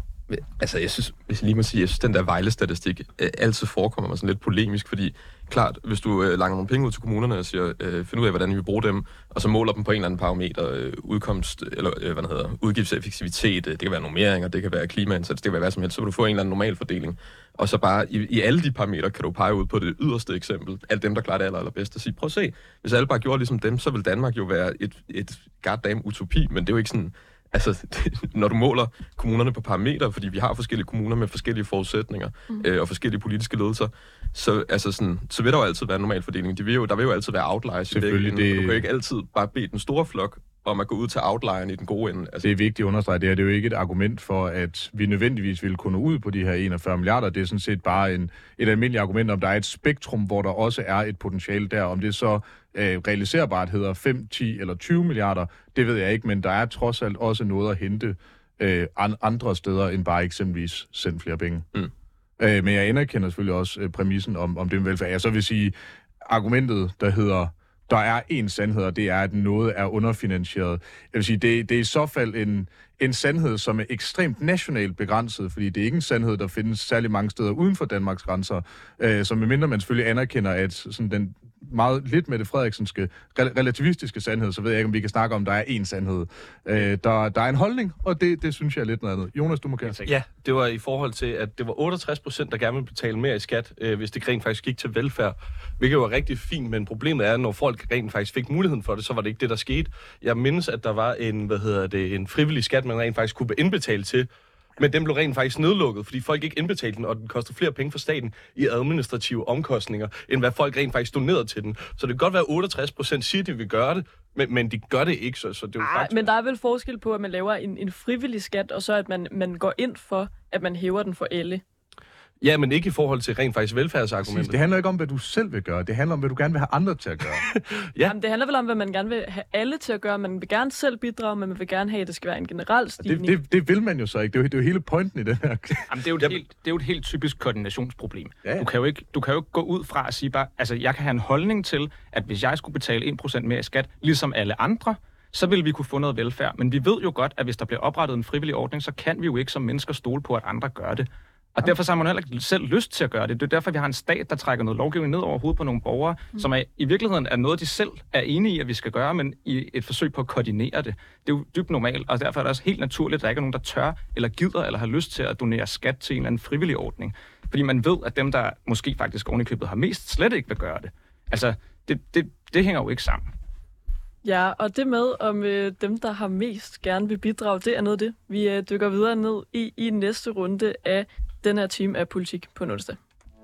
F: Altså, jeg synes, hvis jeg lige må sige, jeg synes, den der Vejle-statistik øh, altid forekommer mig sådan lidt polemisk, fordi klart, hvis du øh, langer nogle penge ud til kommunerne og siger, øh, find ud af, hvordan vi vil bruge dem, og så måler dem på en eller anden parameter, øh, udkomst, eller øh, hvad det hedder, udgiftseffektivitet, øh, det kan være normeringer, det kan være klimaindsats, det kan være hvad som helst, så vil du få en eller anden normal fordeling. Og så bare, i, i alle de parametre kan du pege ud på det yderste eksempel, alle dem, der klarer det aller, allerbedst, og sige, prøv at se, hvis alle bare gjorde ligesom dem, så vil Danmark jo være et, et goddamn utopi, men det er jo ikke sådan. Altså, når du måler kommunerne på parametre, fordi vi har forskellige kommuner med forskellige forudsætninger mm. øh, og forskellige politiske ledelser, så, altså sådan, så vil der jo altid være en normal fordeling. De vil jo, der vil jo altid være outliers.
B: Selvfølgelig. Det...
F: Du kan jo ikke altid bare bede den store flok om at gå ud til outlieren i den gode ende. Altså...
B: Det er vigtigt at understrege. Det, her. Det er jo ikke et argument for, at vi nødvendigvis vil kunne ud på de her enogfyrre milliarder. Det er sådan set bare en, et almindeligt argument, om der er et spektrum, hvor der også er et potentiale der. Om det så øh, realiserbart hedder fem, ti eller tyve milliarder, det ved jeg ikke, men der er trods alt også noget at hente øh, andre steder end bare eksempelvis send flere penge. Mm. Øh, men jeg anerkender selvfølgelig også øh, præmissen om, om det med velfærd. Jeg så vil sige, argumentet, der hedder der er en sandhed, og det er, at noget er underfinansieret. Jeg vil sige, det, det er i så fald en, en sandhed, som er ekstremt nationalt begrænset, fordi det er ikke en sandhed, der findes særlig mange steder uden for Danmarks grænser, øh, som medmindre man selvfølgelig anerkender, at sådan den meget lidt Mette Frederiksenske relativistiske sandhed, så ved jeg ikke, om vi kan snakke om, der er én sandhed. Øh, der, der er en holdning, og det, det synes jeg er lidt noget andet. Jonas, du må gerne sige.
E: Ja, det var i forhold til, at det var otteogtres procent, der gerne ville betale mere i skat, øh, hvis det rent faktisk gik til velfærd. Hvilket var rigtig fint, men problemet er, at når folk rent faktisk fik muligheden for det, så var det ikke det, der skete. Jeg mindes, at der var en, hvad hedder det, en frivillig skat, man rent faktisk kunne indbetale til, men den blev rent faktisk nedlukket, fordi folk ikke indbetalte den, og den koster flere penge for staten i administrative omkostninger, end hvad folk rent faktisk donerede til den. Så det kan godt være, at otteogtres procent siger, at de vil gøre det, men, men de gør det ikke, så, så det er jo
C: Ej,
E: faktisk...
C: Men der er vel forskel på, at man laver en, en frivillig skat, og så at man, man går ind for, at man hæver den for alle.
E: Ja, men ikke i forhold til rent faktisk velfærdsargumenter.
B: Det handler ikke om, hvad du selv vil gøre. Det handler om, hvad du gerne vil have andre til at gøre.
C: Ja. Jamen, det handler vel om, hvad man gerne vil have alle til at gøre. Man vil gerne selv bidrage, men man vil gerne have, at det skal være en generel stigning.
B: Det, det, det vil man jo så ikke. Det er jo, det er jo hele pointen i den her.
D: Jamen, det, er jo et helt, det er jo et helt typisk koordinationsproblem. Ja. Du kan jo ikke, du kan jo ikke gå ud fra at sige bare, altså jeg kan have en holdning til, at hvis jeg skulle betale en procent mere i skat, ligesom alle andre, så vil vi kunne få noget velfærd. Men vi ved jo godt, at hvis der bliver oprettet en frivillig ordning, så kan vi jo ikke som mennesker stole på, at andre gør det. Og derfor så har man heller ikke selv lyst til at gøre det. Det er derfor, vi har en stat, der trækker noget lovgivning ned over hovedet på nogle borgere, mm. som er, i virkeligheden er noget, de selv er enige i, at vi skal gøre, men i et forsøg på at koordinere det. Det er jo dybt normalt, og derfor er det også helt naturligt, at der ikke er nogen, der tør eller gider eller har lyst til at donere skat til en eller anden frivillig ordning. Fordi man ved, at dem, der måske faktisk ovenikøbet har mest, slet ikke vil gøre det. Altså, det, det, det hænger jo ikke sammen.
C: Ja, og det med, om øh, dem, der har mest gerne vil bidrage, det er noget af det, vi øh, dykker videre ned i i næste runde af den her time af Politik på en onsdag.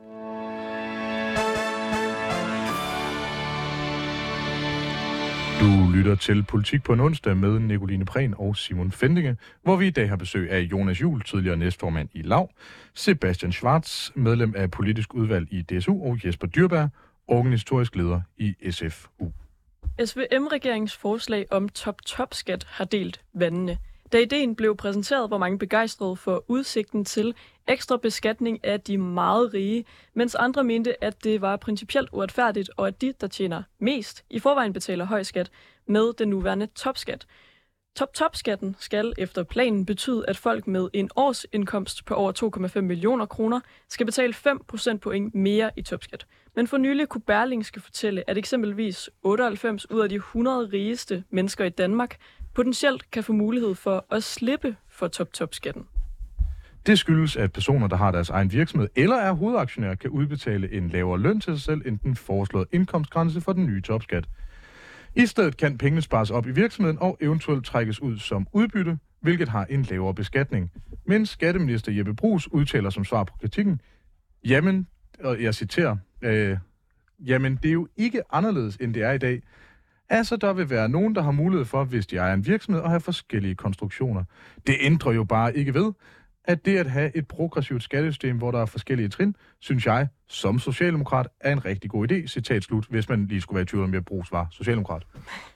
B: Du lytter til Politik på en onsdag med Nicoline Prehn og Simon Fendinge, hvor vi i dag har besøg af Jonas Juhl, tidligere næstformand i Lav, Sebastian Schwartz, medlem af politisk udvalg i D S U, og Jesper Dyrberg, organisatorisk leder i S F U.
C: S V M-regeringens forslag om top-top-skat har delt vandene. Da ideen blev præsenteret, var mange begejstrede for udsigten til ekstra beskatning af de meget rige, mens andre mente, at det var principielt uretfærdigt, og at de, der tjener mest, i forvejen betaler høj skat med den nuværende topskat. Top-top-skatten skal efter planen betyde, at folk med en årsindkomst på over to komma fem millioner kroner skal betale fem procentpoint mere i topskat. Men for nylig kunne Berlingske fortælle, at eksempelvis otteoghalvfems ud af de hundrede rigeste mennesker i Danmark potentielt kan få mulighed for at slippe for top-top-skatten.
B: Det skyldes, at personer, der har deres egen virksomhed eller er hovedaktionærer, kan udbetale en lavere løn til sig selv end den foreslåede indkomstgrænse for den nye topskat. I stedet kan pengene spares op i virksomheden og eventuelt trækkes ud som udbytte, hvilket har en lavere beskatning. Men skatteminister Jeppe Bruus udtaler som svar på kritikken, jamen, og jeg citerer, øh, jamen det er jo ikke anderledes, end det er i dag. Altså, der vil være nogen, der har mulighed for, hvis de ejer en virksomhed, at have forskellige konstruktioner. Det ændrer jo bare ikke ved, at det at have et progressivt skattesystem, hvor der er forskellige trin, synes jeg, som socialdemokrat, er en rigtig god idé. Citat slut, hvis man lige skulle være i tvivl om, at Bruus var socialdemokrat.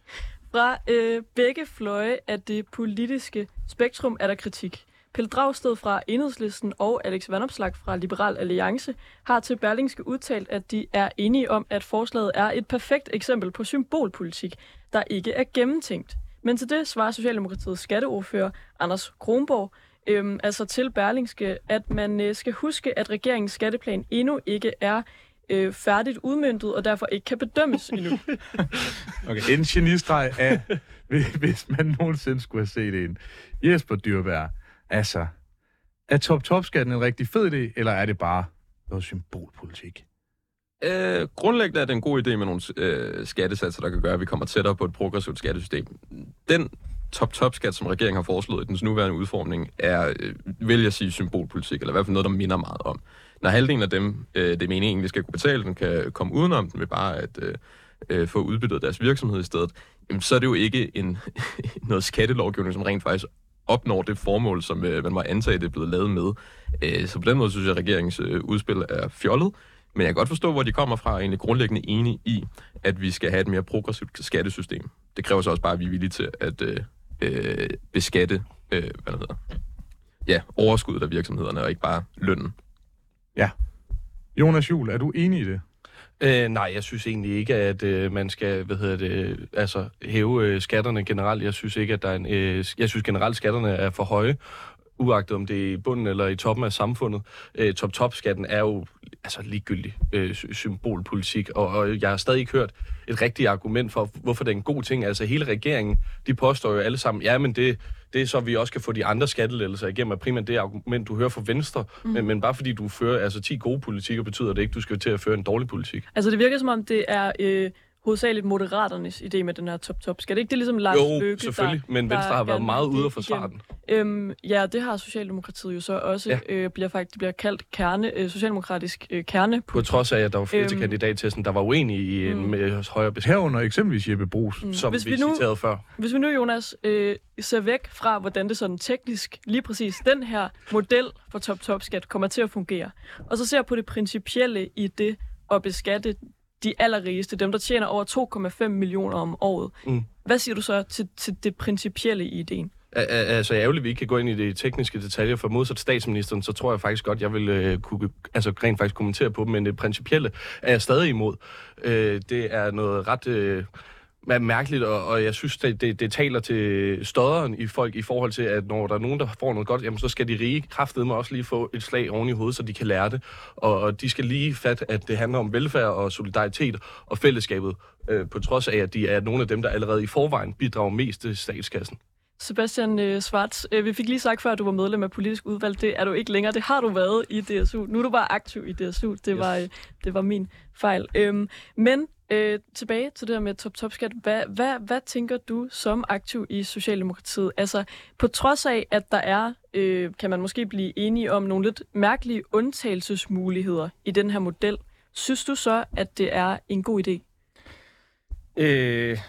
C: Fra øh, begge fløje af det politiske spektrum er der kritik. Pelle Dragsted fra Enhedslisten og Alex Vanopslagh fra Liberal Alliance har til Berlingske udtalt, at de er enige om, at forslaget er et perfekt eksempel på symbolpolitik, der ikke er gennemtænkt. Men til det svarer Socialdemokratiets skatteordfører Anders Kronborg, øhm, altså til Berlingske, at man øh, skal huske, at regeringens skatteplan endnu ikke er øh, færdigt udmøntet, og derfor ikke kan bedømmes endnu.
B: Okay. En genistreg af, hvis man nogensinde skulle have set en. Jesper Dyrbjerg, altså, er top-top-skatten en rigtig fed idé, eller er det bare noget symbolpolitik?
F: Øh, grundlæggende er det en god idé med nogle øh, skattesatser, der kan gøre, at vi kommer tættere på et progressivt skattesystem. Den top-top-skat, som regeringen har foreslået i dens nuværende udformning, er, øh, vil jeg sige, symbolpolitik, eller i hvert fald noget, der minder meget om. Når halvdelen af dem, øh, det meningen, vi skal kunne betale, den kan komme udenom den ved bare at øh, øh, få udbyttet deres virksomhed i stedet, jamen, så er det jo ikke en, noget skattelovgivning, som rent faktisk opnår det formål, som øh, man må antage, det er blevet lavet med. Øh, så på den måde synes jeg, at regeringens øh, udspil er fjollet. Men jeg kan godt forstå, hvor de kommer fra, og er egentlig grundlæggende enige i, at vi skal have et mere progressivt skattesystem. Det kræver så også bare, at vi er villige til at øh, øh, beskatte øh, hvad der hedder, ja, overskuddet af virksomhederne, og ikke bare lønnen.
B: Ja. Jonas Juhl, er du enig i det?
E: Øh, nej, jeg synes egentlig ikke, at øh, man skal, hvad hedder det, altså hæve øh, skatterne generelt. Jeg synes ikke, at der er en, øh, jeg synes generelt, skatterne er for høje, uagtet om det er i bunden eller i toppen af samfundet. Øh, top-top-skatten er jo altså ligegyldig øh, symbolpolitik, og, og jeg har stadig ikke hørt et rigtigt argument for, hvorfor det er en god ting. Altså hele regeringen, de påstår jo alle sammen, ja, men det, det er så, vi også kan få de andre skattelettelser igennem, er primært det argument, du hører fra Venstre, mm. men, men bare fordi du fører altså ti gode politikker, betyder det ikke, du skal til at føre en dårlig politik.
C: Altså det virker som om, det er øh, hovedsageligt Moderaternes idé med den her top-top. Skal det ikke det er ligesom Lars
E: jo,
C: Løkke,
E: selvfølgelig,
C: der,
E: men Venstre
C: der
E: har været meget ude at forsvare den.
C: Øhm, ja, det har Socialdemokratiet jo så også.
E: Ja.
C: Øh, bliver faktisk det bliver kaldt kerne, øh, socialdemokratisk øh, kerne.
E: På trods af, at der var flere
C: øhm,
E: til kandidattesten, der var uenige i en
C: mm.
E: med højere beskatning.
B: Herunder eksempelvis Jeppe Bruus.
E: Mm. Som
C: hvis
E: vi,
C: vi nu,
E: citerede før.
C: Hvis vi nu, Jonas, øh, ser væk fra, hvordan det sådan teknisk, lige præcis den her model for top-top-skat kommer til at fungere, og så ser på det principielle i det at beskatte de allerrigeste, dem der tjener over to komma fem millioner om året. Mm. Hvad siger du så til, til det principielle i ideen?
E: Altså ærgerligt, vi ikke kan gå ind i de tekniske detaljer, for modsat statsministeren, så tror jeg faktisk godt, jeg vil øh, kunne altså, rent faktisk kommentere på dem, men det principielle er jeg stadig imod. Øh, det er noget ret øh, mærkeligt, og, og jeg synes, det, det, det taler til stodderen i folk i forhold til, at når der er nogen, der får noget godt, jamen så skal de rige kraftedeme også lige få et slag oven i hovedet, så de kan lære det. Og, og de skal lige fatte, at det handler om velfærd og solidaritet og fællesskabet, øh, på trods af, at de er nogle af dem, der allerede i forvejen bidrager mest til statskassen.
C: Sebastian øh, Schwartz, øh, vi fik lige sagt før, at du var medlem af politisk udvalg. Det er du ikke længere. Det har du været i D S U. Nu er du bare aktiv i D S U. Det var, øh, det var min fejl. Øhm, men øh, tilbage til det der med top-top-skat. Hvad, hvad, hvad tænker du som aktiv i Socialdemokratiet? Altså, på trods af, at der er, øh, kan man måske blive enige om nogle lidt mærkelige undtagelsesmuligheder i den her model, synes du så, at det er en god idé?
D: Øh...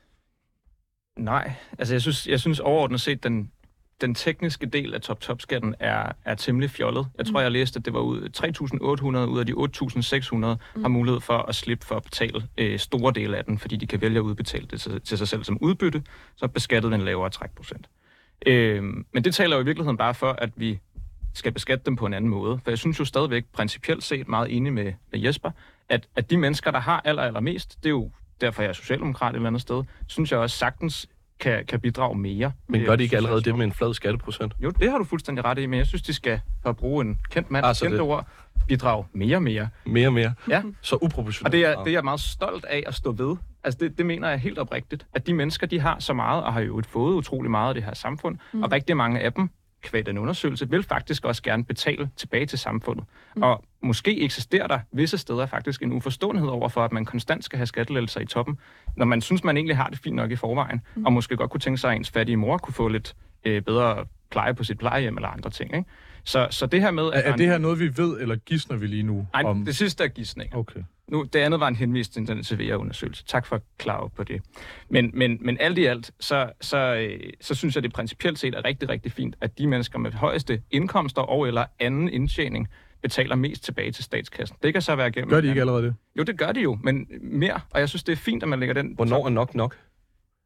D: Nej, altså jeg synes, jeg synes overordnet set, den, den tekniske del af top-top-skatten er, er temmelig fjollet. Jeg tror, jeg læste, at det var ud tre tusind otte hundrede ud af de otte tusind seks hundrede mm. har mulighed for at slippe for at betale øh, store dele af den, fordi de kan vælge at udbetale det til, til sig selv som udbytte, så beskattet den lavere trækprocent. Øh, men det taler jo i virkeligheden bare for, at vi skal beskatte dem på en anden måde. For jeg synes jo stadigvæk principielt set meget enig med, med Jesper, at, at de mennesker, der har aller, allermest, det er jo derfor jeg er socialdemokrat et eller andet sted, synes jeg også sagtens kan, kan bidrage mere.
E: Men gør de ikke allerede det med en flad skatteprocent?
D: Jo, det har du fuldstændig ret i, men jeg synes, de skal, for at bruge en kendt mand,
E: altså
D: kendte
E: det.
D: ord, bidrage mere mere.
E: Mere mere?
D: Ja.
E: Så uproportionalt.
D: Og det er, det er jeg meget stolt af at stå ved. Altså det, det mener jeg helt oprigtigt, at de mennesker, de har så meget, og har jo fået utrolig meget af det her samfund, mm. og rigtig mange af dem, kvæg den undersøgelse, vil faktisk også gerne betale tilbage til samfundet. Mm. Og måske eksisterer der visse steder faktisk en uforståenhed over for, at man konstant skal have skattelettelser i toppen, når man synes, man egentlig har det fint nok i forvejen, mm. og måske godt kunne tænke sig, at ens fattige mor kunne få lidt øh, bedre pleje på sit plejehjem eller andre ting, ikke? Så, så det her med...
B: Er, er det her noget, vi ved, eller gisner vi lige nu?
D: Nej,
B: om...
D: det sidste er gisninger.
B: Okay.
D: Nu, det andet var en henvisning til den T V R-undersøgelse. Tak for klar på det. Men, men, men alt i alt, så, så, øh, så synes jeg, det principielt set er rigtig, rigtig fint, at de mennesker med højeste indkomster og eller anden indtjening betaler mest tilbage til statskassen. Det kan så være gennem...
B: Gør de ikke allerede det?
D: Jo, det gør de jo, men mere. Og jeg synes, det er fint, at man lægger den...
E: Hvornår er nok nok?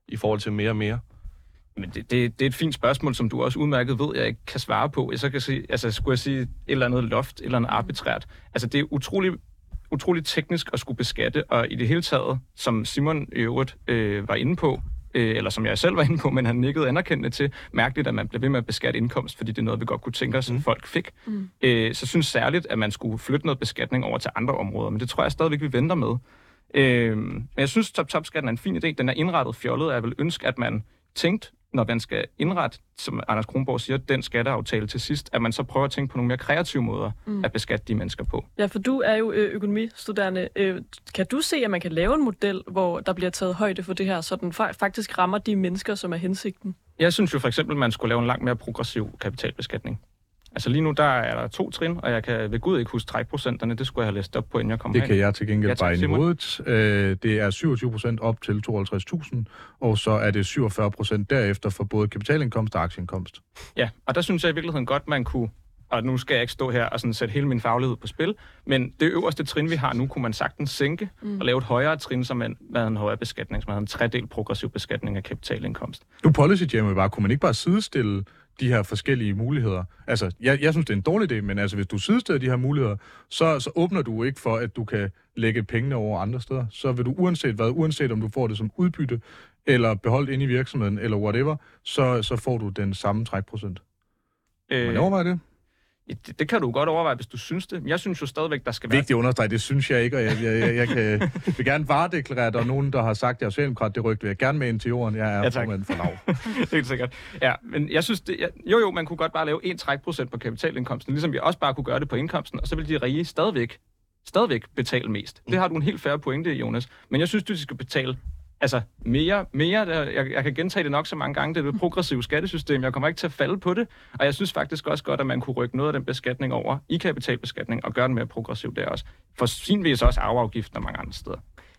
E: i forhold til mere og mere?
D: Men det, det, det er et fint spørgsmål, som du også udmærket ved, jeg ikke kan svare på. Jeg så kan sige, altså skulle jeg sige et eller andet loft, et eller andet arbitrært. Altså det er utrolig, utrolig teknisk at skulle beskatte, og i det hele taget, som Simon i øvrigt øh, var inde på, øh, eller som jeg selv var inde på, men han nikkede anerkendende til, mærkeligt, at man bliver ved med at beskatte indkomst, fordi det er noget, vi godt kunne tænke os, at mm. folk fik. Mm. Øh, så synes særligt, at man skulle flytte noget beskatning over til andre områder, men det tror jeg stadigvæk, vi venter med. Øh, men jeg synes, top-top-skatten er en fin idé. Den er indrettet fjollet, og jeg vil ønske, at man tænkte, når man skal indrette, som Anders Kronborg siger, den skatteaftale til sidst, at man så prøver at tænke på nogle mere kreative måder mm. at beskatte de mennesker på.
C: Ja, for du er jo økonomistuderende. Kan du se, at man kan lave en model, hvor der bliver taget højde for det her, så den faktisk rammer de mennesker, som er hensigten?
D: Jeg synes jo for eksempel, at man skulle lave en langt mere progressiv kapitalbeskatning. Altså lige nu, der er der to trin, og jeg kan ved Gud ikke huske trækprocenterne. Det skulle jeg have læst op på, inden jeg kom
B: Det
D: herind.
B: kan jeg til gengæld
D: ja,
B: bare ind i hovedet. Øh, det er syvogtyve procent op til tooghalvtreds tusind, og så er det syvogfyrre procent derefter for både kapitalindkomst og aktieindkomst.
D: Ja, og der synes jeg i virkeligheden godt, man kunne, og nu skal jeg ikke stå her og sådan sætte hele min faglighed på spil, men det øverste trin, vi har nu, kunne man sagtens sænke mm. og lave et højere trin, som man havde en højere beskatning, som havde en tredel progressiv beskatning af kapitalindkomst.
B: Du policy jammer bare, kunne man ikke bare sidestille de her forskellige muligheder? Altså, jeg, jeg synes, det er en dårlig idé, men altså, hvis du sidestiller de her muligheder, så, så åbner du ikke for, at du kan lægge pengene over andre steder. Så vil du uanset hvad, uanset om du får det som udbytte, eller beholdt inde i virksomheden, eller whatever, så, så får du den samme trækprocent. Øh, kan man overveje det?
D: Det, det kan du godt overveje, hvis du synes det. Jeg synes jo stadigvæk, der skal være...
B: Vigtigt at understrege, det synes jeg ikke, og jeg, jeg, jeg, jeg kan, vil gerne varedeklarere, at der er nogen, der har sagt, at jeg er socialdemokrat, det rygte vil jeg gerne med ind til jorden. Jeg er
D: ja,
B: formand for lav.
D: Helt sikkert. Ja, men jeg synes, det, jeg, jo jo, man kunne godt bare lave en trækprocent på kapitalindkomsten, ligesom vi også bare kunne gøre det på indkomsten, og så vil de rige stadigvæk, stadigvæk betale mest. Det har du en helt fair pointe, Jonas. Men jeg synes, du skal betale altså mere, mere, jeg, jeg kan gentage det nok så mange gange, det er et progressivt skattesystem, jeg kommer ikke til at falde på det, og jeg synes faktisk også godt, at man kunne rykke noget af den beskatning over i kapitalbeskatning, og gøre den mere progressiv der også. For sin vis også arveafgiften og mange andre steder.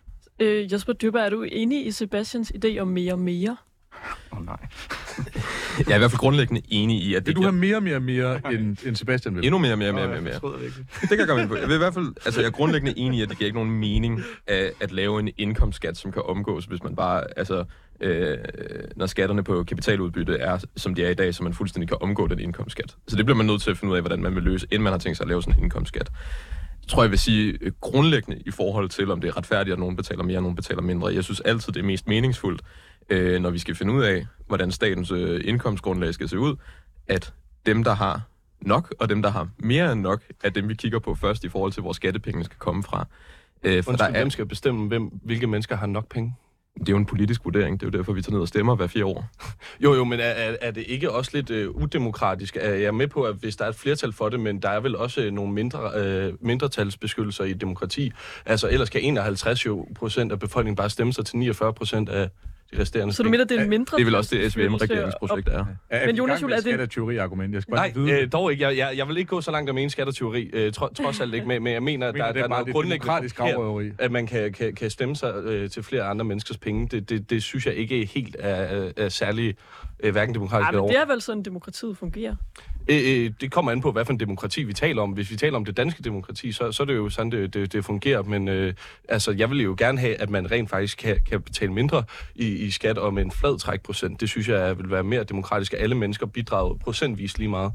C: Øh, Jesper Dyrbær, er du enig i Sebastians idé om mere og mere?
D: Åh oh, nej.
F: Jeg er i hvert fald grundlæggende enig i, at det...
B: Vil du have mere, mere, mere, end, end Sebastian vil?
F: Endnu mere, mere, mere, mere, mere. Det kan jeg komme ind på. Jeg vil i hvert fald... Altså, jeg er grundlæggende enig i, at det giver ikke nogen mening at, at lave en indkomstskat, som kan omgås, hvis man bare... Altså, øh, når skatterne på kapitaludbytte er, som de er i dag, så man fuldstændig kan omgå den indkomstskat. Så det bliver man nødt til at finde ud af, hvordan man vil løse, inden man har tænkt sig at lave sådan en indkomstskat. Jeg tror, jeg vil sige grundlæggende i forhold til, om det er retfærdigt, at nogen betaler mere, og nogen betaler mindre. Jeg synes altid, det er mest meningsfuldt, øh, når vi skal finde ud af, hvordan statens øh, indkomstgrundlag skal se ud, at dem, der har nok, og dem, der har mere end nok, er dem, vi kigger på først i forhold til, hvor skattepengene skal komme fra.
E: Øh, for der er... Hvem skal bestemme, hvem, hvilke mennesker har nok penge?
F: Det er jo en politisk vurdering. Det er jo derfor, vi tager ned og stemmer hver fire år.
E: Jo, jo, men er, er det ikke også lidt øh, udemokratisk? Er jeg med på, at hvis der er et flertal for det, men der er vel også øh, nogle mindre, øh, mindretalsbeskyttelser i demokrati? Altså, ellers kan enoghalvtreds procent af befolkningen bare stemme sig til niogfyrre procent af de resterende.
C: Så du mener, det er en mindre...
F: Det er vel også det, S V M-regeringsprojekt er.
B: er men Jonas, er det... Skat- og teori-argument? Jeg skal bare
E: Nej, øh, dog ikke. Jeg, jeg, jeg vil ikke gå så langt at mene skat og teori. Øh, tro, trods alt ikke. Men, men jeg mener, at der, der, der er noget grundlæggende forkert, at man kan, kan, kan stemme sig øh, til flere andre menneskers penge. Det, det, det synes jeg ikke helt er, er, er særlig øh, hverken demokratisk eller over.
C: Det er vel sådan, demokratiet fungerer.
E: Øh, øh, det kommer an på, hvad for en demokrati vi taler om. Hvis vi taler om det danske demokrati, så, så er det jo sådan, det, det, det fungerer. Men øh, altså, jeg vil jo gerne have, at man rent faktisk kan, kan betale mindre i, i skat og med en flad trækprocent. Det synes jeg vil være mere demokratisk, at alle mennesker bidrager procentvis lige meget.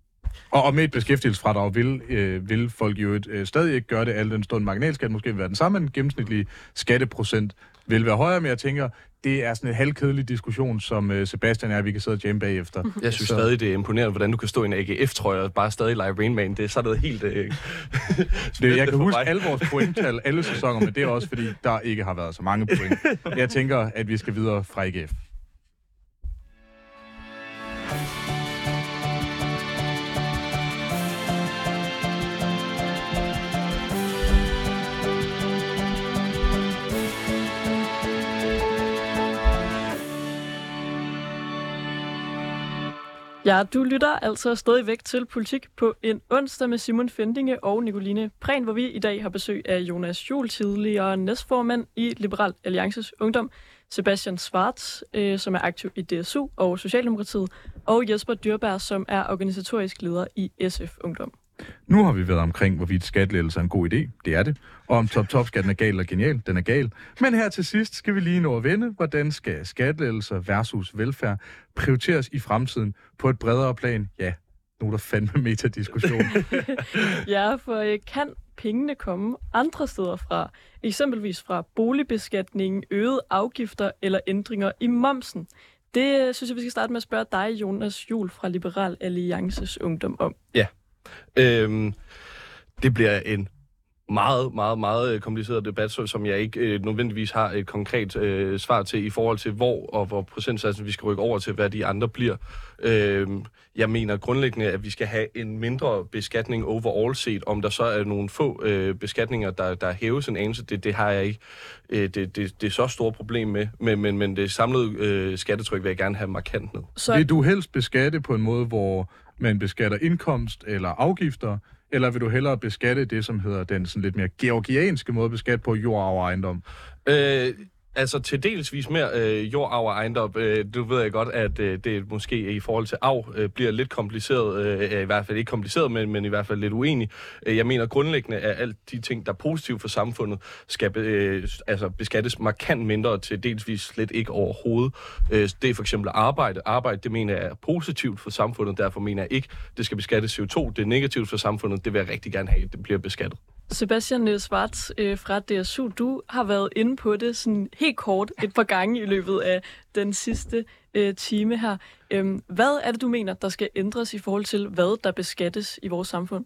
B: Og, og med et beskæftigelsesfradrag vil, øh, vil folk jo et, øh, stadig ikke gøre det, al den stund marginalskat måske vil være den samme, men gennemsnitlige skatteprocent vil være højere, men jeg tænker, det er sådan en halvkedelig diskussion, som øh, Sebastian er, vi kan sidde og jamme bagefter.
E: Jeg synes så... stadig, det er imponerende, hvordan du kan stå i en A G F-trøje og bare stadig lege Rain Man. Det er sådan noget helt... Øh...
B: det, jeg kan huske alle vores pointtal, alle sæsoner, men det er også, fordi der ikke har været så mange point. Jeg tænker, at vi skal videre fra A G F.
C: Ja, du lytter altså stadig væk til Politik på en onsdag med Simon Fendinge og Nicoline Prehn, hvor vi i dag har besøg af Jonas Juhl, tidligere næstformand i Liberal Alliances Ungdom, Sebastian Schwartz, øh, som er aktiv i D S U og Socialdemokratiet, og Jesper Dyrbær, som er organisatorisk leder i S F Ungdom.
B: Nu har vi været omkring, hvorvidt skattelettelser er en god idé. Det er det. Og om top-top-skatten er gal eller genial. Den er gal. Men her til sidst skal vi lige nå at vende, hvordan skal skattelettelser versus velfærd prioriteres i fremtiden på et bredere plan? Ja, nu er der fandme metadiskussion.
C: Ja, for øh, kan pengene komme andre steder fra? Eksempelvis fra boligbeskatningen, øgede afgifter eller ændringer i momsen? Det synes jeg, vi skal starte med at spørge dig, Jonas Juhl fra Liberal Alliances Ungdom om.
E: Ja. Øhm, det bliver en meget, meget, meget kompliceret debat, som jeg ikke øh, nødvendigvis har et konkret øh, svar til i forhold til, hvor og hvor procentsatsen vi skal rykke over til, hvad de andre bliver. Øh, jeg mener grundlæggende, at vi skal have en mindre beskatning overall set. Om der så er nogle få øh, beskatninger, der, der hæves en anelse, det, det har jeg ikke øh, det, det, det er så stort problem med. Men, men, men det samlede øh, skattetryk vil jeg gerne have markant ned.
B: Så... Vil du helst beskatte på en måde, hvor man beskatter indkomst eller afgifter, eller vil du hellere beskatte det, som hedder den sådan lidt mere georgianske måde at beskatte på jord og ejendom?
E: Øh, altså til delsvis mere øh, jord og ejendom. Øh, du ved jeg godt, at øh, det måske i forhold til arv øh, bliver lidt kompliceret. Øh, I hvert fald ikke kompliceret, men, men i hvert fald lidt uenig. Jeg mener grundlæggende, at alle de ting, der er positive for samfundet, skal øh, altså beskattes markant mindre, til delsvis slet ikke overhovedet. Øh, det er for eksempel arbejde. Arbejde, det mener jeg er positivt for samfundet, derfor mener jeg ikke, det skal beskattes C O to. Det er negativt for samfundet, det vil jeg rigtig gerne have, det bliver beskattet.
C: Sebastian Schwartz øh, fra D S U, du har været inde på det sådan helt kort et par gange i løbet af den sidste øh, time her. Øhm, hvad er det, du mener, der skal ændres i forhold til, hvad der beskattes i vores samfund?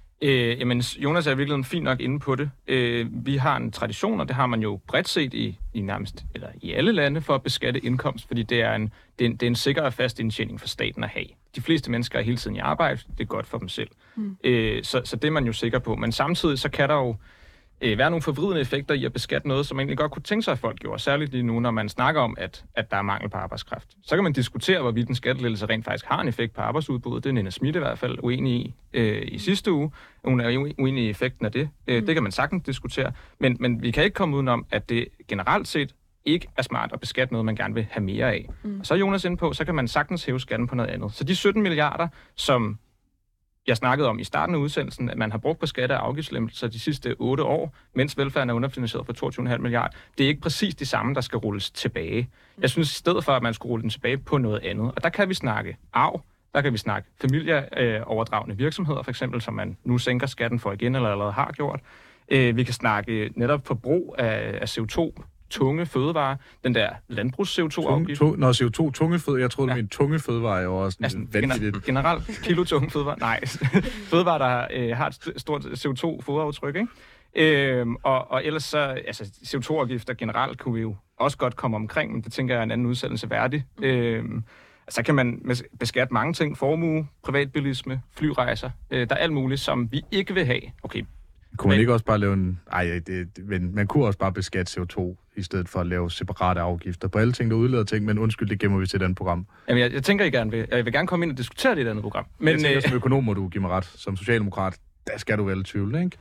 D: Øh, jamen, Jonas er i virkeligheden fint nok inde på det. Øh, vi har en tradition, og det har man jo bredt set i, i nærmest, eller i alle lande, for at beskatte indkomst, fordi det er en, det er en, det er en sikker og fast indtjening for staten at have. De fleste mennesker er hele tiden i arbejde, det er godt for dem selv. Mm. Øh, så, så det er man jo sikker på. Men samtidig så kan der jo øh, være nogle forvridende effekter i at beskatte noget, som man egentlig godt kunne tænke sig, at folk gjorde. Særligt lige nu, når man snakker om, at, at der er mangel på arbejdskraft. Så kan man diskutere, hvorvidt en skattelettelse rent faktisk har en effekt på arbejdsudbuddet. Det er Nina Smith i hvert fald uenig i øh, i sidste uge. Hun er uenig i effekten af det. Øh, mm. Det kan man sagtens diskutere. Men, men vi kan ikke komme udenom, at det generelt set ikke er smart at beskatte noget, man gerne vil have mere af. Mm. Og så er Jonas inde på, så kan man sagtens hæve skatten på noget andet. Så de sytten milliarder, som jeg snakkede om i starten af udsendelsen, at man har brugt på skatte- og afgiftslempelser de sidste otte år, mens velfærden er underfinansieret for toogtyve komma fem milliarder. Det er ikke præcis de samme, der skal rulles tilbage. Jeg synes i stedet for, at man skulle rulle den tilbage på noget andet. Og der kan vi snakke arv, der kan vi snakke familieoverdragende virksomheder, for eksempel, som man nu sænker skatten for igen, eller allerede har gjort. Vi kan snakke netop forbrug af C O to, tunge fødevarer, den der landbrugs-C O to-afgift.
B: Tunge, når C O to, tunge fødevarer, jeg troede, ja. Min tunge fødevarer er jo også altså, vanvittigt.
D: Gener- generelt kilo tunge fødevarer, nej. Fødevarer, der øh, har et stort C O to-foderaftryk, ikke? Øhm, og, og ellers så, altså C O to-afgifter generelt kunne vi jo også godt komme omkring, men det tænker jeg er en anden udsendelse værdig. Øhm, så kan man beskatte mange ting, formue, privatbilisme, flyrejser, øh, der er alt muligt, som vi ikke vil have. Okay.
B: Kunne man men, ikke også bare lave en... Ej, det, men man kunne også bare beskatte C O to, i stedet for at lave separate afgifter på alle ting, der udleder ting, men undskyld, det gemmer vi til et andet program.
D: Jamen, jeg, jeg tænker, I gerne vil. Jeg vil gerne komme ind og diskutere det i et andet program.
B: Men jeg tænker, øh, som økonom må du give mig ret. Som socialdemokrat, der skal du vel tvivle, ikke?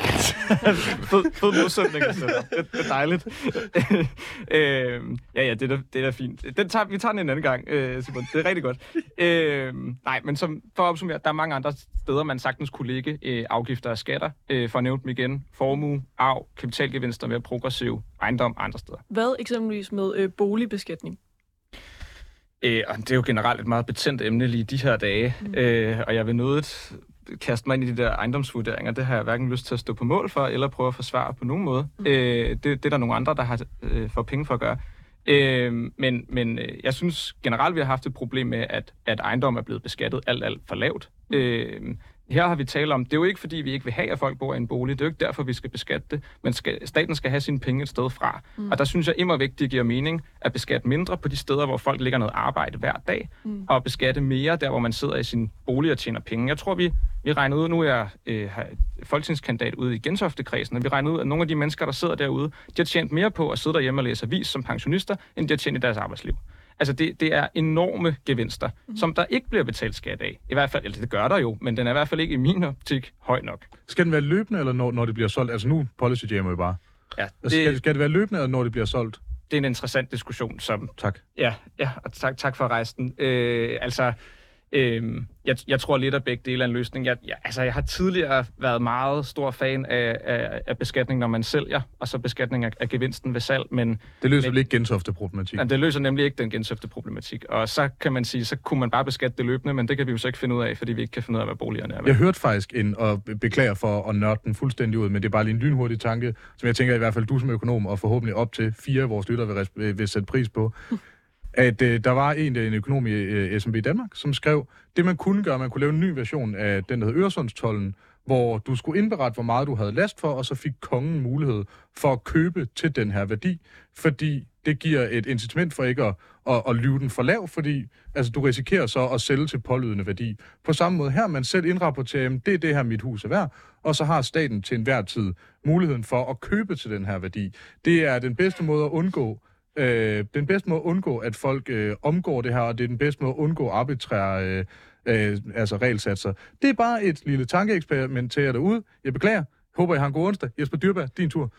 D: fed, fed modsætning, det, det er dejligt. øh, ja, ja, det er, det er da fint. Den tager, vi tager den en anden gang, øh, Simon. Det er rigtig godt. Øh, nej, men som, for at opsummere, der er mange andre steder, man sagtens kunne lægge øh, afgifter og skatter. Øh, for at nævne dem igen. Formue, arv, kapitalgevinster med progressiv ejendom andre steder.
C: Hvad eksempelvis med øh, boligbeskatning?
D: Øh, og det er jo generelt et meget betændt emne lige de her dage. Mm. Øh, og jeg vil nødigt kaste mig ind i de der ejendomsvurderinger. Det har jeg hverken lyst til at stå på mål for, eller prøve at forsvare på nogen måde. Mm. Øh, det, det er der nogle andre, der har øh, fået penge for at gøre. Øh, men men øh, jeg synes generelt, vi har haft et problem med, at, at ejendom er blevet beskattet alt, alt for lavt. Mm. Øh, her har vi talt om, det er jo ikke fordi, vi ikke vil have, at folk bor i en bolig. Det er jo ikke derfor, vi skal beskatte det. Men skal, staten skal have sine penge et sted fra. Mm. Og der synes jeg immer væk, det giver mening at beskatte mindre på de steder, hvor folk ligger noget arbejde hver dag. Mm. Og beskatte mere der, hvor man sidder i sin bolig og tjener penge. Jeg tror, vi, vi regner ud, nu er jeg øh, folketingskandidat ude i Gentofte-kredsen, og vi regner ud, at nogle af de mennesker, der sidder derude, de har tjent mere på at sidde derhjemme og læse avis som pensionister, end de har tjent i deres arbejdsliv. Altså, det, det er enorme gevinster, mm. som der ikke bliver betalt skat af. I hvert fald, eller det gør der jo, men den er i hvert fald ikke i min optik høj nok.
B: Skal den være løbende, eller når, når det bliver solgt? Altså nu policy jammer jo bare.
D: Ja, det,
B: altså, skal, skal det være løbende, eller når det bliver solgt?
D: Det er en interessant diskussion, som...
B: Tak.
D: Ja, ja og tak, tak for at rejse den. Øh, altså, Øhm, jeg, jeg tror lidt, at begge dele er en løsning. Jeg, jeg, altså, jeg har tidligere været meget stor fan af, af, af beskatning, når man sælger, og så beskatning af, af gevinsten ved salg. Men,
B: det løser
D: men,
B: vel ikke Gentofte-problematik?
D: Ja, det løser nemlig ikke den Gentofte-problematik. Og så kan man sige, så kunne man bare beskatte det løbende, men det kan vi jo så ikke finde ud af, fordi vi ikke kan finde ud af, hvad boligerne er.
B: Jeg hørte faktisk en, og beklager for at nørde den fuldstændig ud, men det er bare lige en lynhurtig tanke, som jeg tænker i hvert fald du som økonom, og forhåbentlig op til fire af vores lyttere vil, vil sætte pris på. At øh, der var en, en økonom i øh, S M B Danmark, som skrev, det man kunne gøre, man kunne lave en ny version af den, der hedder Øresundstolden, hvor du skulle indberette, hvor meget du havde last for, og så fik kongen mulighed for at købe til den her værdi, fordi det giver et incitament for ikke at, at, at lyve den for lav, fordi altså, du risikerer så at sælge til pålydende værdi. På samme måde her, man selv indrapporterer, det er det her, mit hus er værd, og så har staten til enhver tid muligheden for at købe til den her værdi. Det er den bedste måde at undgå Øh, den bedste måde at undgå, at folk øh, omgår det her, og det er den bedste måde at undgå arbitrære øh, øh, altså regelsatser. Det er bare et lille tankeeksperiment til jer derude. Jeg beklager. Håber, I har en god onsdag. Jesper Dyrberg, din tur.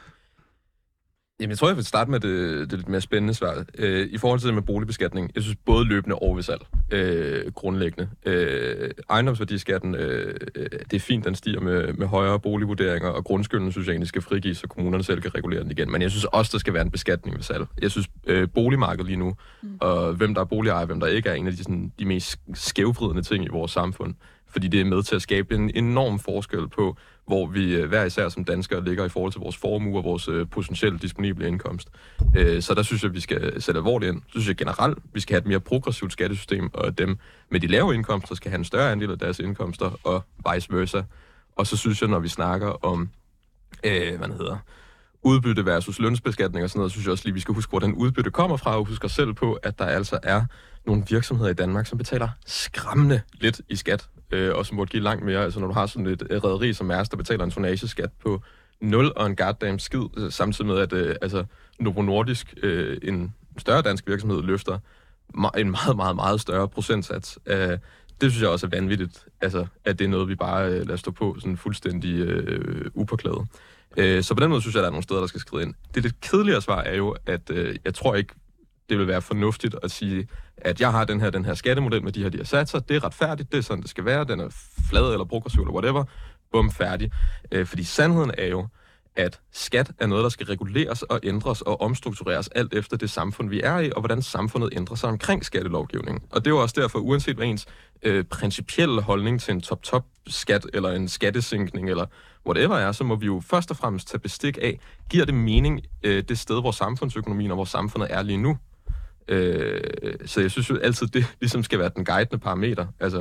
F: Jamen, jeg tror, jeg vil starte med det, det lidt mere spændende svar. Øh, I forhold til det med boligbeskatning, jeg synes både løbende og ved salg, øh, grundlæggende. Øh, ejendomsværdiskatten, øh, det er fint, den stiger med, med højere boligvurderinger, og grundskylden synes jeg egentlig skal frigives, så kommunerne selv kan regulere den igen. Men jeg synes også, der skal være en beskatning ved salg. Jeg synes, øh, boligmarkedet lige nu, mm. og hvem der er boligejer, hvem der ikke er, en af de, sådan, de mest skævvridende ting i vores samfund. Fordi det er med til at skabe en enorm forskel på, hvor vi hver især som danskere ligger i forhold til vores formue og vores øh, potentielt disponible indkomst. Øh, så der synes jeg, vi skal sætte alvorligt ind. Så synes jeg generelt, vi skal have et mere progressivt skattesystem, og dem med de lave indkomster skal have en større andel af deres indkomster, og vice versa. Og så synes jeg, når vi snakker om, øh, hvad det hedder, udbytte versus lønsbeskatning og sådan noget, synes jeg også lige, vi skal huske, hvor den udbytte kommer fra, og husker selv på, at der altså er nogle virksomheder i Danmark, som betaler skræmmende lidt i skat, øh, og som burde give langt mere. Altså når du har sådan et rederi som Mærsk, der betaler en tonnageskat på nul og en goddamn skid, samtidig med, at øh, altså, Novo Nordisk, øh, en større dansk virksomhed, løfter en meget, meget, meget større procentsats. Øh, det synes jeg også er vanvittigt, altså, at det er noget, vi bare øh, lader stå på sådan fuldstændig øh, upåklaget. Øh, så på den måde synes jeg, at der er nogle steder, der skal skride ind. Det lidt kedeligere svar er jo, at øh, jeg tror ikke, det vil være fornuftigt at sige, at jeg har den her, den her skattemodel med de her, de her satser. Det er retfærdigt, det er sådan, det skal være. Den er flad eller progressiv eller whatever. Bum, færdig. Øh, fordi sandheden er jo, at skat er noget, der skal reguleres og ændres og omstruktureres alt efter det samfund, vi er i, og hvordan samfundet ændrer sig omkring skattelovgivningen. Og det er jo også derfor, uanset hvad ens øh, principielle holdning til en top-top-skat eller en skattesænkning eller whatever er, så må vi jo først og fremmest tage bestik af, giver det mening øh, det sted, hvor samfundsøkonomien og hvor samfundet er lige nu? Øh, så jeg synes jo altid, det ligesom skal være den guidende parameter. Altså,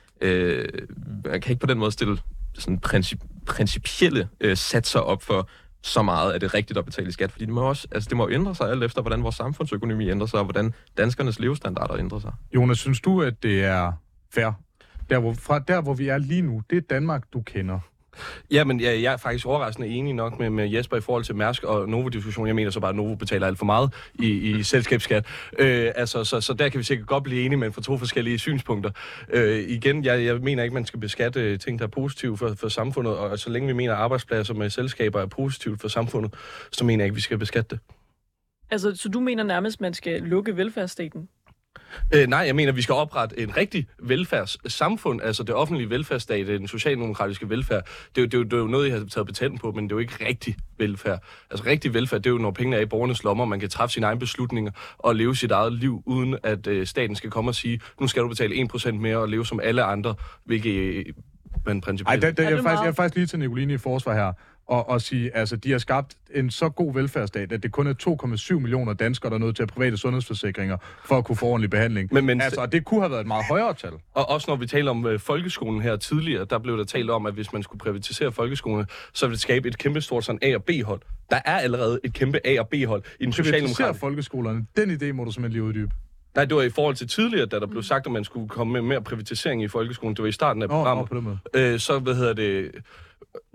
F: øh, man kan ikke på den måde stille sådan princip- principielle øh, satser op for så meget, at det er rigtigt at betale skat, fordi det må også, altså det må ændre sig alt efter, hvordan vores samfundsøkonomi ændrer sig, og hvordan danskernes levestandarder ændrer sig.
B: Jonas, synes du, at det er fair? Der hvor, fra der, hvor vi er lige nu, det er Danmark, du kender.
E: Ja, men jeg, jeg er faktisk overraskende enig nok med, med Jesper i forhold til Mærsk og Novo-diskussionen. Jeg mener så bare, at Novo betaler alt for meget i, i selskabsskat. Øh, altså, så, så der kan vi sikkert godt blive enige, men for to forskellige synspunkter. Øh, igen, jeg, jeg mener ikke, man skal beskatte ting, der er positive for, for samfundet, og så længe vi mener, at arbejdspladser med selskaber er positivt for samfundet, så mener jeg ikke, vi skal beskatte det.
C: Altså, så du mener nærmest, man skal lukke velfærdsstaten?
E: Øh, nej, jeg mener, vi skal oprette en rigtig velfærdssamfund, altså det offentlige velfærdsstat, den socialdemokratiske velfærd. Det er, jo, det, er jo, det er jo noget, jeg har taget patent på, men det er jo ikke rigtig velfærd. Altså rigtig velfærd, det er jo, når pengene er i borgernes lommer, man kan træffe sine egne beslutninger og leve sit eget liv, uden at øh, staten skal komme og sige, nu skal du betale en procent mere og leve som alle andre, hvilket øh, man principielt...
B: Ej, der, der, jeg, er faktisk, jeg er faktisk lige til Nicoline i forsvar her. Og, og sige, altså, de har skabt en så god velfærdsstat, at det kun er to komma syv millioner danskere, der er nødt til at private sundhedsforsikringer for at kunne få ordentlig behandling. Men, men, altså, det kunne have været et meget højere tal.
E: Og også når vi taler om øh, folkeskolen her tidligere, der blev der talt om, at hvis man skulle privatisere folkeskolen, så ville det skabe et kæmpe stort sådan A- og B-hold. Der er allerede et kæmpe A- og B-hold i den socialdemokratiske...
B: Privatisere folkeskolerne, den idé må du simpelthen lige uddybe.
E: Nej, det var i forhold til tidligere, da der blev sagt, at man skulle komme med mere privatisering i folkeskolen. Det var i starten af programmet.
B: Oh, oh, på den måde.
E: Øh, så, hvad hedder det...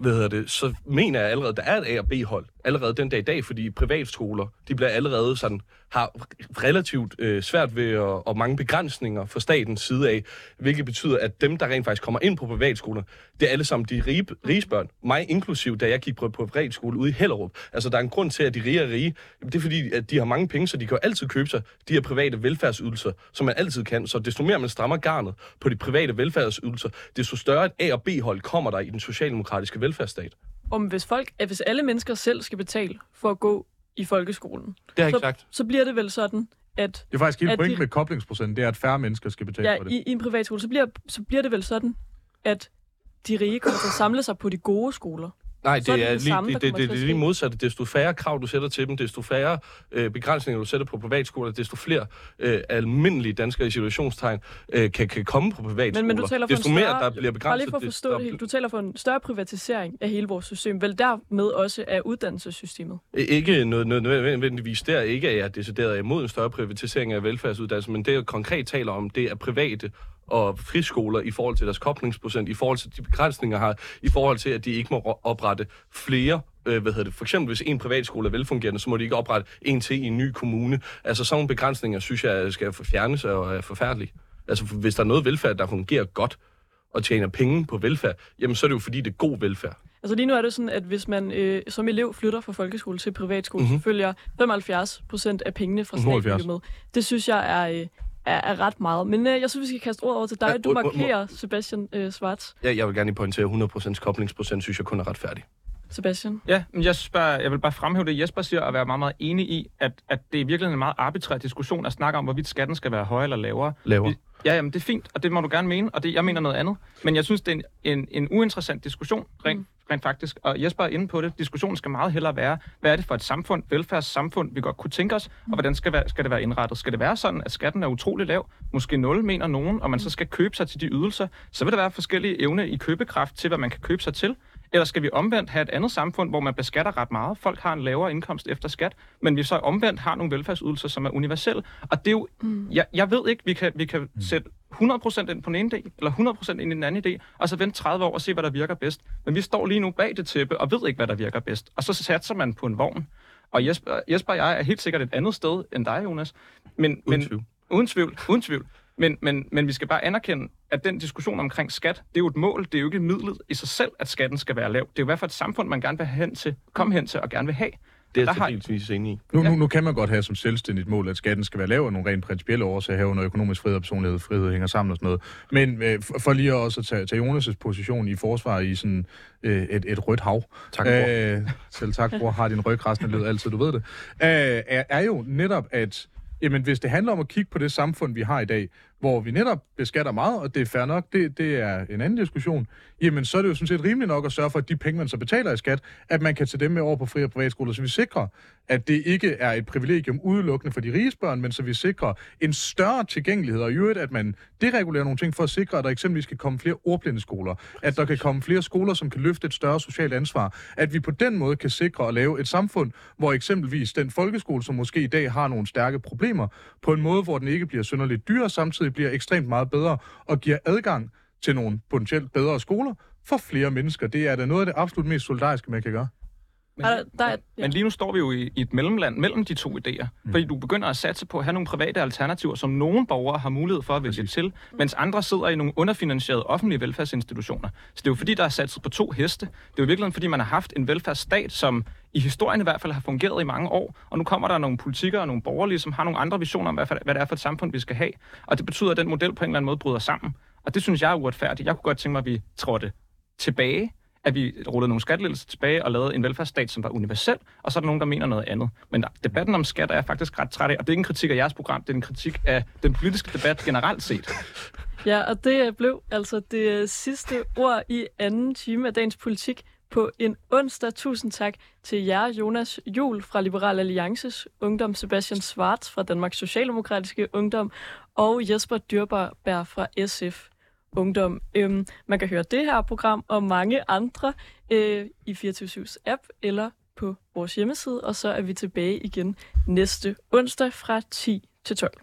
E: hvad hedder det, så mener jeg allerede, der er et A- og B-hold allerede den dag i dag, fordi privatskoler, de bliver allerede sådan, har relativt øh, svært ved at, og mange begrænsninger fra statens side af, hvilket betyder, at dem, der rent faktisk kommer ind på privatskoler, det er alle sammen de rige, rige børn. Mig inklusiv, da jeg gik på, på privatskole ude i Hellerup. Altså, der er en grund til, at de rige er rige. Det er fordi, at de har mange penge, så de kan jo altid købe sig de her private velfærdsydelser, som man altid kan. Så desto mere man strammer garnet på de private velfærdsydelser, desto større et A- og B-hold kommer der i den socialdemokratiske velfærdsstat.
C: Om hvis folk, at hvis alle mennesker selv skal betale for at gå i folkeskolen,
E: Det har jeg ikke
C: så,
E: sagt.
C: så bliver det vel sådan, at
B: Det er faktisk helt
C: At
B: point
C: de-
B: med koblingsprocenten, det er, at færre mennesker skal betale
C: ja,
B: for det.
C: i, i en privatskole, så bliver, så bliver det vel sådan, at de rige kommer til at samle sig på de gode skoler.
E: Nej,
C: Så er
E: det
C: det
E: er,
C: det
E: lige,
C: samme, der
E: det, det,
C: kommer
E: det,
C: til at
E: det er lige
C: ske.
E: modsatte. Desto færre krav, du sætter til dem, desto færre øh, begrænsninger, du sætter på privatskoler, desto flere øh, almindelige danskere i situationstegn øh, kan, kan komme på privatskoler.
C: Men, men du taler for
E: desto
C: en
E: mere,
C: større,
E: der bliver
C: bare
E: begrænset...
C: lige for at
E: det-
C: forstå
E: der-
C: det helt. Du taler for en større privatisering af hele vores system, vel dermed også af uddannelsessystemet.
E: Ikke noget, noget, nødvendigvis der, ikke at jeg er decideret imod en større privatisering af velfærdsuddannelsen, men det jeg konkret taler om, det er private og friskoler i forhold til deres koblingsprocent, i forhold til de begrænsninger har, i forhold til, at de ikke må oprette flere, øh, hvad hedder det, for eksempel hvis en privatskole er velfungerende, så må de ikke oprette en til i en ny kommune. Altså sådan nogle begrænsninger, synes jeg, skal fjernes og er forfærdelige. Altså hvis der er noget velfærd, der fungerer godt og tjener penge på velfærd, jamen så er det jo fordi, det er god velfærd.
C: Altså lige nu er det sådan, at hvis man øh, som elev flytter fra folkeskole til privatskole,
E: Mhm.
C: så følger femoghalvfjerds procent af pengene fra staten
B: femoghalvfjerds.
C: med. Det synes jeg er, øh, er, er ret meget. Men øh, jeg synes, vi skal kaste ordet over til dig.
E: Ja,
C: Du
E: må- må-
C: markerer Sebastian øh, Schwartz.
E: Ja, jeg vil gerne lige pointere, hundrede procent koblingsprocent synes jeg kun er retfærdig.
C: Sebastian.
D: Ja, men jeg, synes bare, jeg vil bare fremhæve det, Jesper siger, og være meget, meget enig i, at, at det er virkelig en meget arbitrær diskussion at snakke om, hvorvidt skatten skal være højere eller lavere.
E: Lavere.
D: Vi- Ja, jamen det er fint, og det må du gerne mene, og det, jeg mener noget andet. Men jeg synes, det er en, en, en uinteressant diskussion, rent, mm. rent faktisk. Og Jesper er inde på det. Diskussionen skal meget hellere være, hvad er det for et samfund, velfærdssamfund, vi godt kunne tænke os, og hvordan skal, være, skal det være indrettet? Skal det være sådan, at skatten er utrolig lav, måske nul, mener nogen, og man så skal købe sig til de ydelser, så vil der være forskellige evne i købekraft til, hvad man kan købe sig til. Eller skal vi omvendt have et andet samfund, hvor man beskatter ret meget? Folk har en lavere indkomst efter skat, men vi så omvendt har nogle velfærdsydelser, som er universelle. Og det er jo... Mm. Jeg, jeg ved ikke, vi kan, vi kan mm. sætte hundrede procent ind på den ene del, eller hundrede procent ind i den anden idé, og så vente tredive år og se, hvad der virker bedst. Men vi står lige nu bag det tæppe, og ved ikke, hvad der virker bedst. Og så satser man på en vogn. Og Jesper, Jesper og jeg er helt sikkert et andet sted end dig, Jonas. Men,
E: Uden
D: men,
E: tvivl.
D: Uden tvivl. Uden tvivl. Men, men, men vi skal bare anerkende, at den diskussion omkring skat, det er jo et mål, det er jo ikke midlet i sig selv, at skatten skal være lav. Det er jo i hvert fald et samfund, man gerne vil hen til, komme hen til og gerne vil have.
E: Det er
D: Der
E: jeg
D: har-
E: stabilvis enig i.
B: Nu, nu, nu kan man godt have som selvstændigt mål, at skatten skal være lav, og nogle rent principielle årsager herunder økonomisk frihed og personlighed, frihed hænger sammen og sådan noget. Men øh, for, for lige også at tage, tage Jonas' position i forsvar i sådan øh, et, et rødt hav.
E: Tak, bror.
B: Øh, selv tak, bror. Har din ryg resten af livet altid, du ved det. Øh, er, er jo netop, at jamen, hvis det handler om at kigge på det samfund, vi har i dag, hvor vi netop beskatter meget, og det er fair nok, det, det er en anden diskussion, jamen så er det jo sådan set rimeligt nok at sørge for, at de penge, man så betaler i skat, at man kan tage dem med over på fri- og privatskoler, så vi sikrer, at det ikke er et privilegium udelukkende for de riges børn, men så vi sikrer en større tilgængelighed, og i øvrigt, at man deregulerer nogle ting for at sikre, at der eksempelvis kan komme flere ordblindeskoler, at der kan komme flere skoler, som kan løfte et større socialt ansvar, at vi på den måde kan sikre at lave et samfund, hvor eksempelvis den folkeskole, som måske i dag har nogle stærke problemer, på en måde, hvor den ikke bliver synderligt dyr, samtidig bliver ekstremt meget bedre og giver adgang til nogle potentielt bedre skoler for flere mennesker. Det er da noget af det absolut mest solidariske, man kan gøre.
D: Men,
C: Er der- der er- ja.
D: men lige nu står vi jo i, i et mellemland mellem de to idéer. Mm. Fordi du begynder at satse på at have nogle private alternativer, som nogle borgere har mulighed for at vælge til, mens andre sidder i nogle underfinansierede offentlige velfærdsinstitutioner. Så det er jo fordi, der er satset på to heste. Det er jo i virkeligheden, fordi man har haft en velfærdsstat, som i historien i hvert fald har fungeret i mange år, og nu kommer der nogle politikere og nogle borgerlige, som har nogle andre visioner om, hvad, hvad det er for et samfund, vi skal have. Og det betyder, at den model på en eller anden måde bryder sammen. Og det synes jeg er uretfærdigt. Jeg kunne godt tænke mig, at vi trådte tilbage, at vi rullede nogle skattelettelser tilbage og lavede en velfærdsstat, som var universel, og så er der nogen, der mener noget andet. Men debatten om skat er jeg faktisk ret træt af, og det er ikke en kritik af jeres program, det er en kritik af den politiske debat generelt set.
C: Ja, og det blev altså det sidste ord i anden time af dagens politik på en onsdag. Tusind tak til jer, Jonas Juhl fra Liberal Alliances Ungdom, Sebastian Schwartz fra Danmarks Socialdemokratiske Ungdom og Jesper Dyrberg fra S F Ungdom. Øhm, man kan høre det her program og mange andre øh, i fireogtyve syvs app eller på vores hjemmeside, og så er vi tilbage igen næste onsdag fra ti til tolv.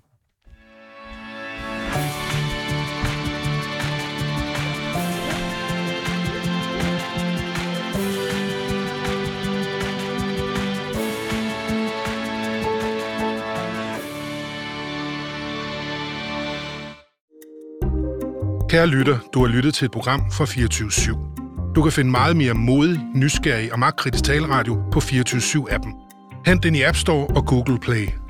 G: Kære lytter, du har lyttet til et program fra fireogtyve syv. Du kan finde meget mere modig, nysgerrig og magtkritisk taleradio på fireogtyve syv appen. Hent den i App Store og Google Play.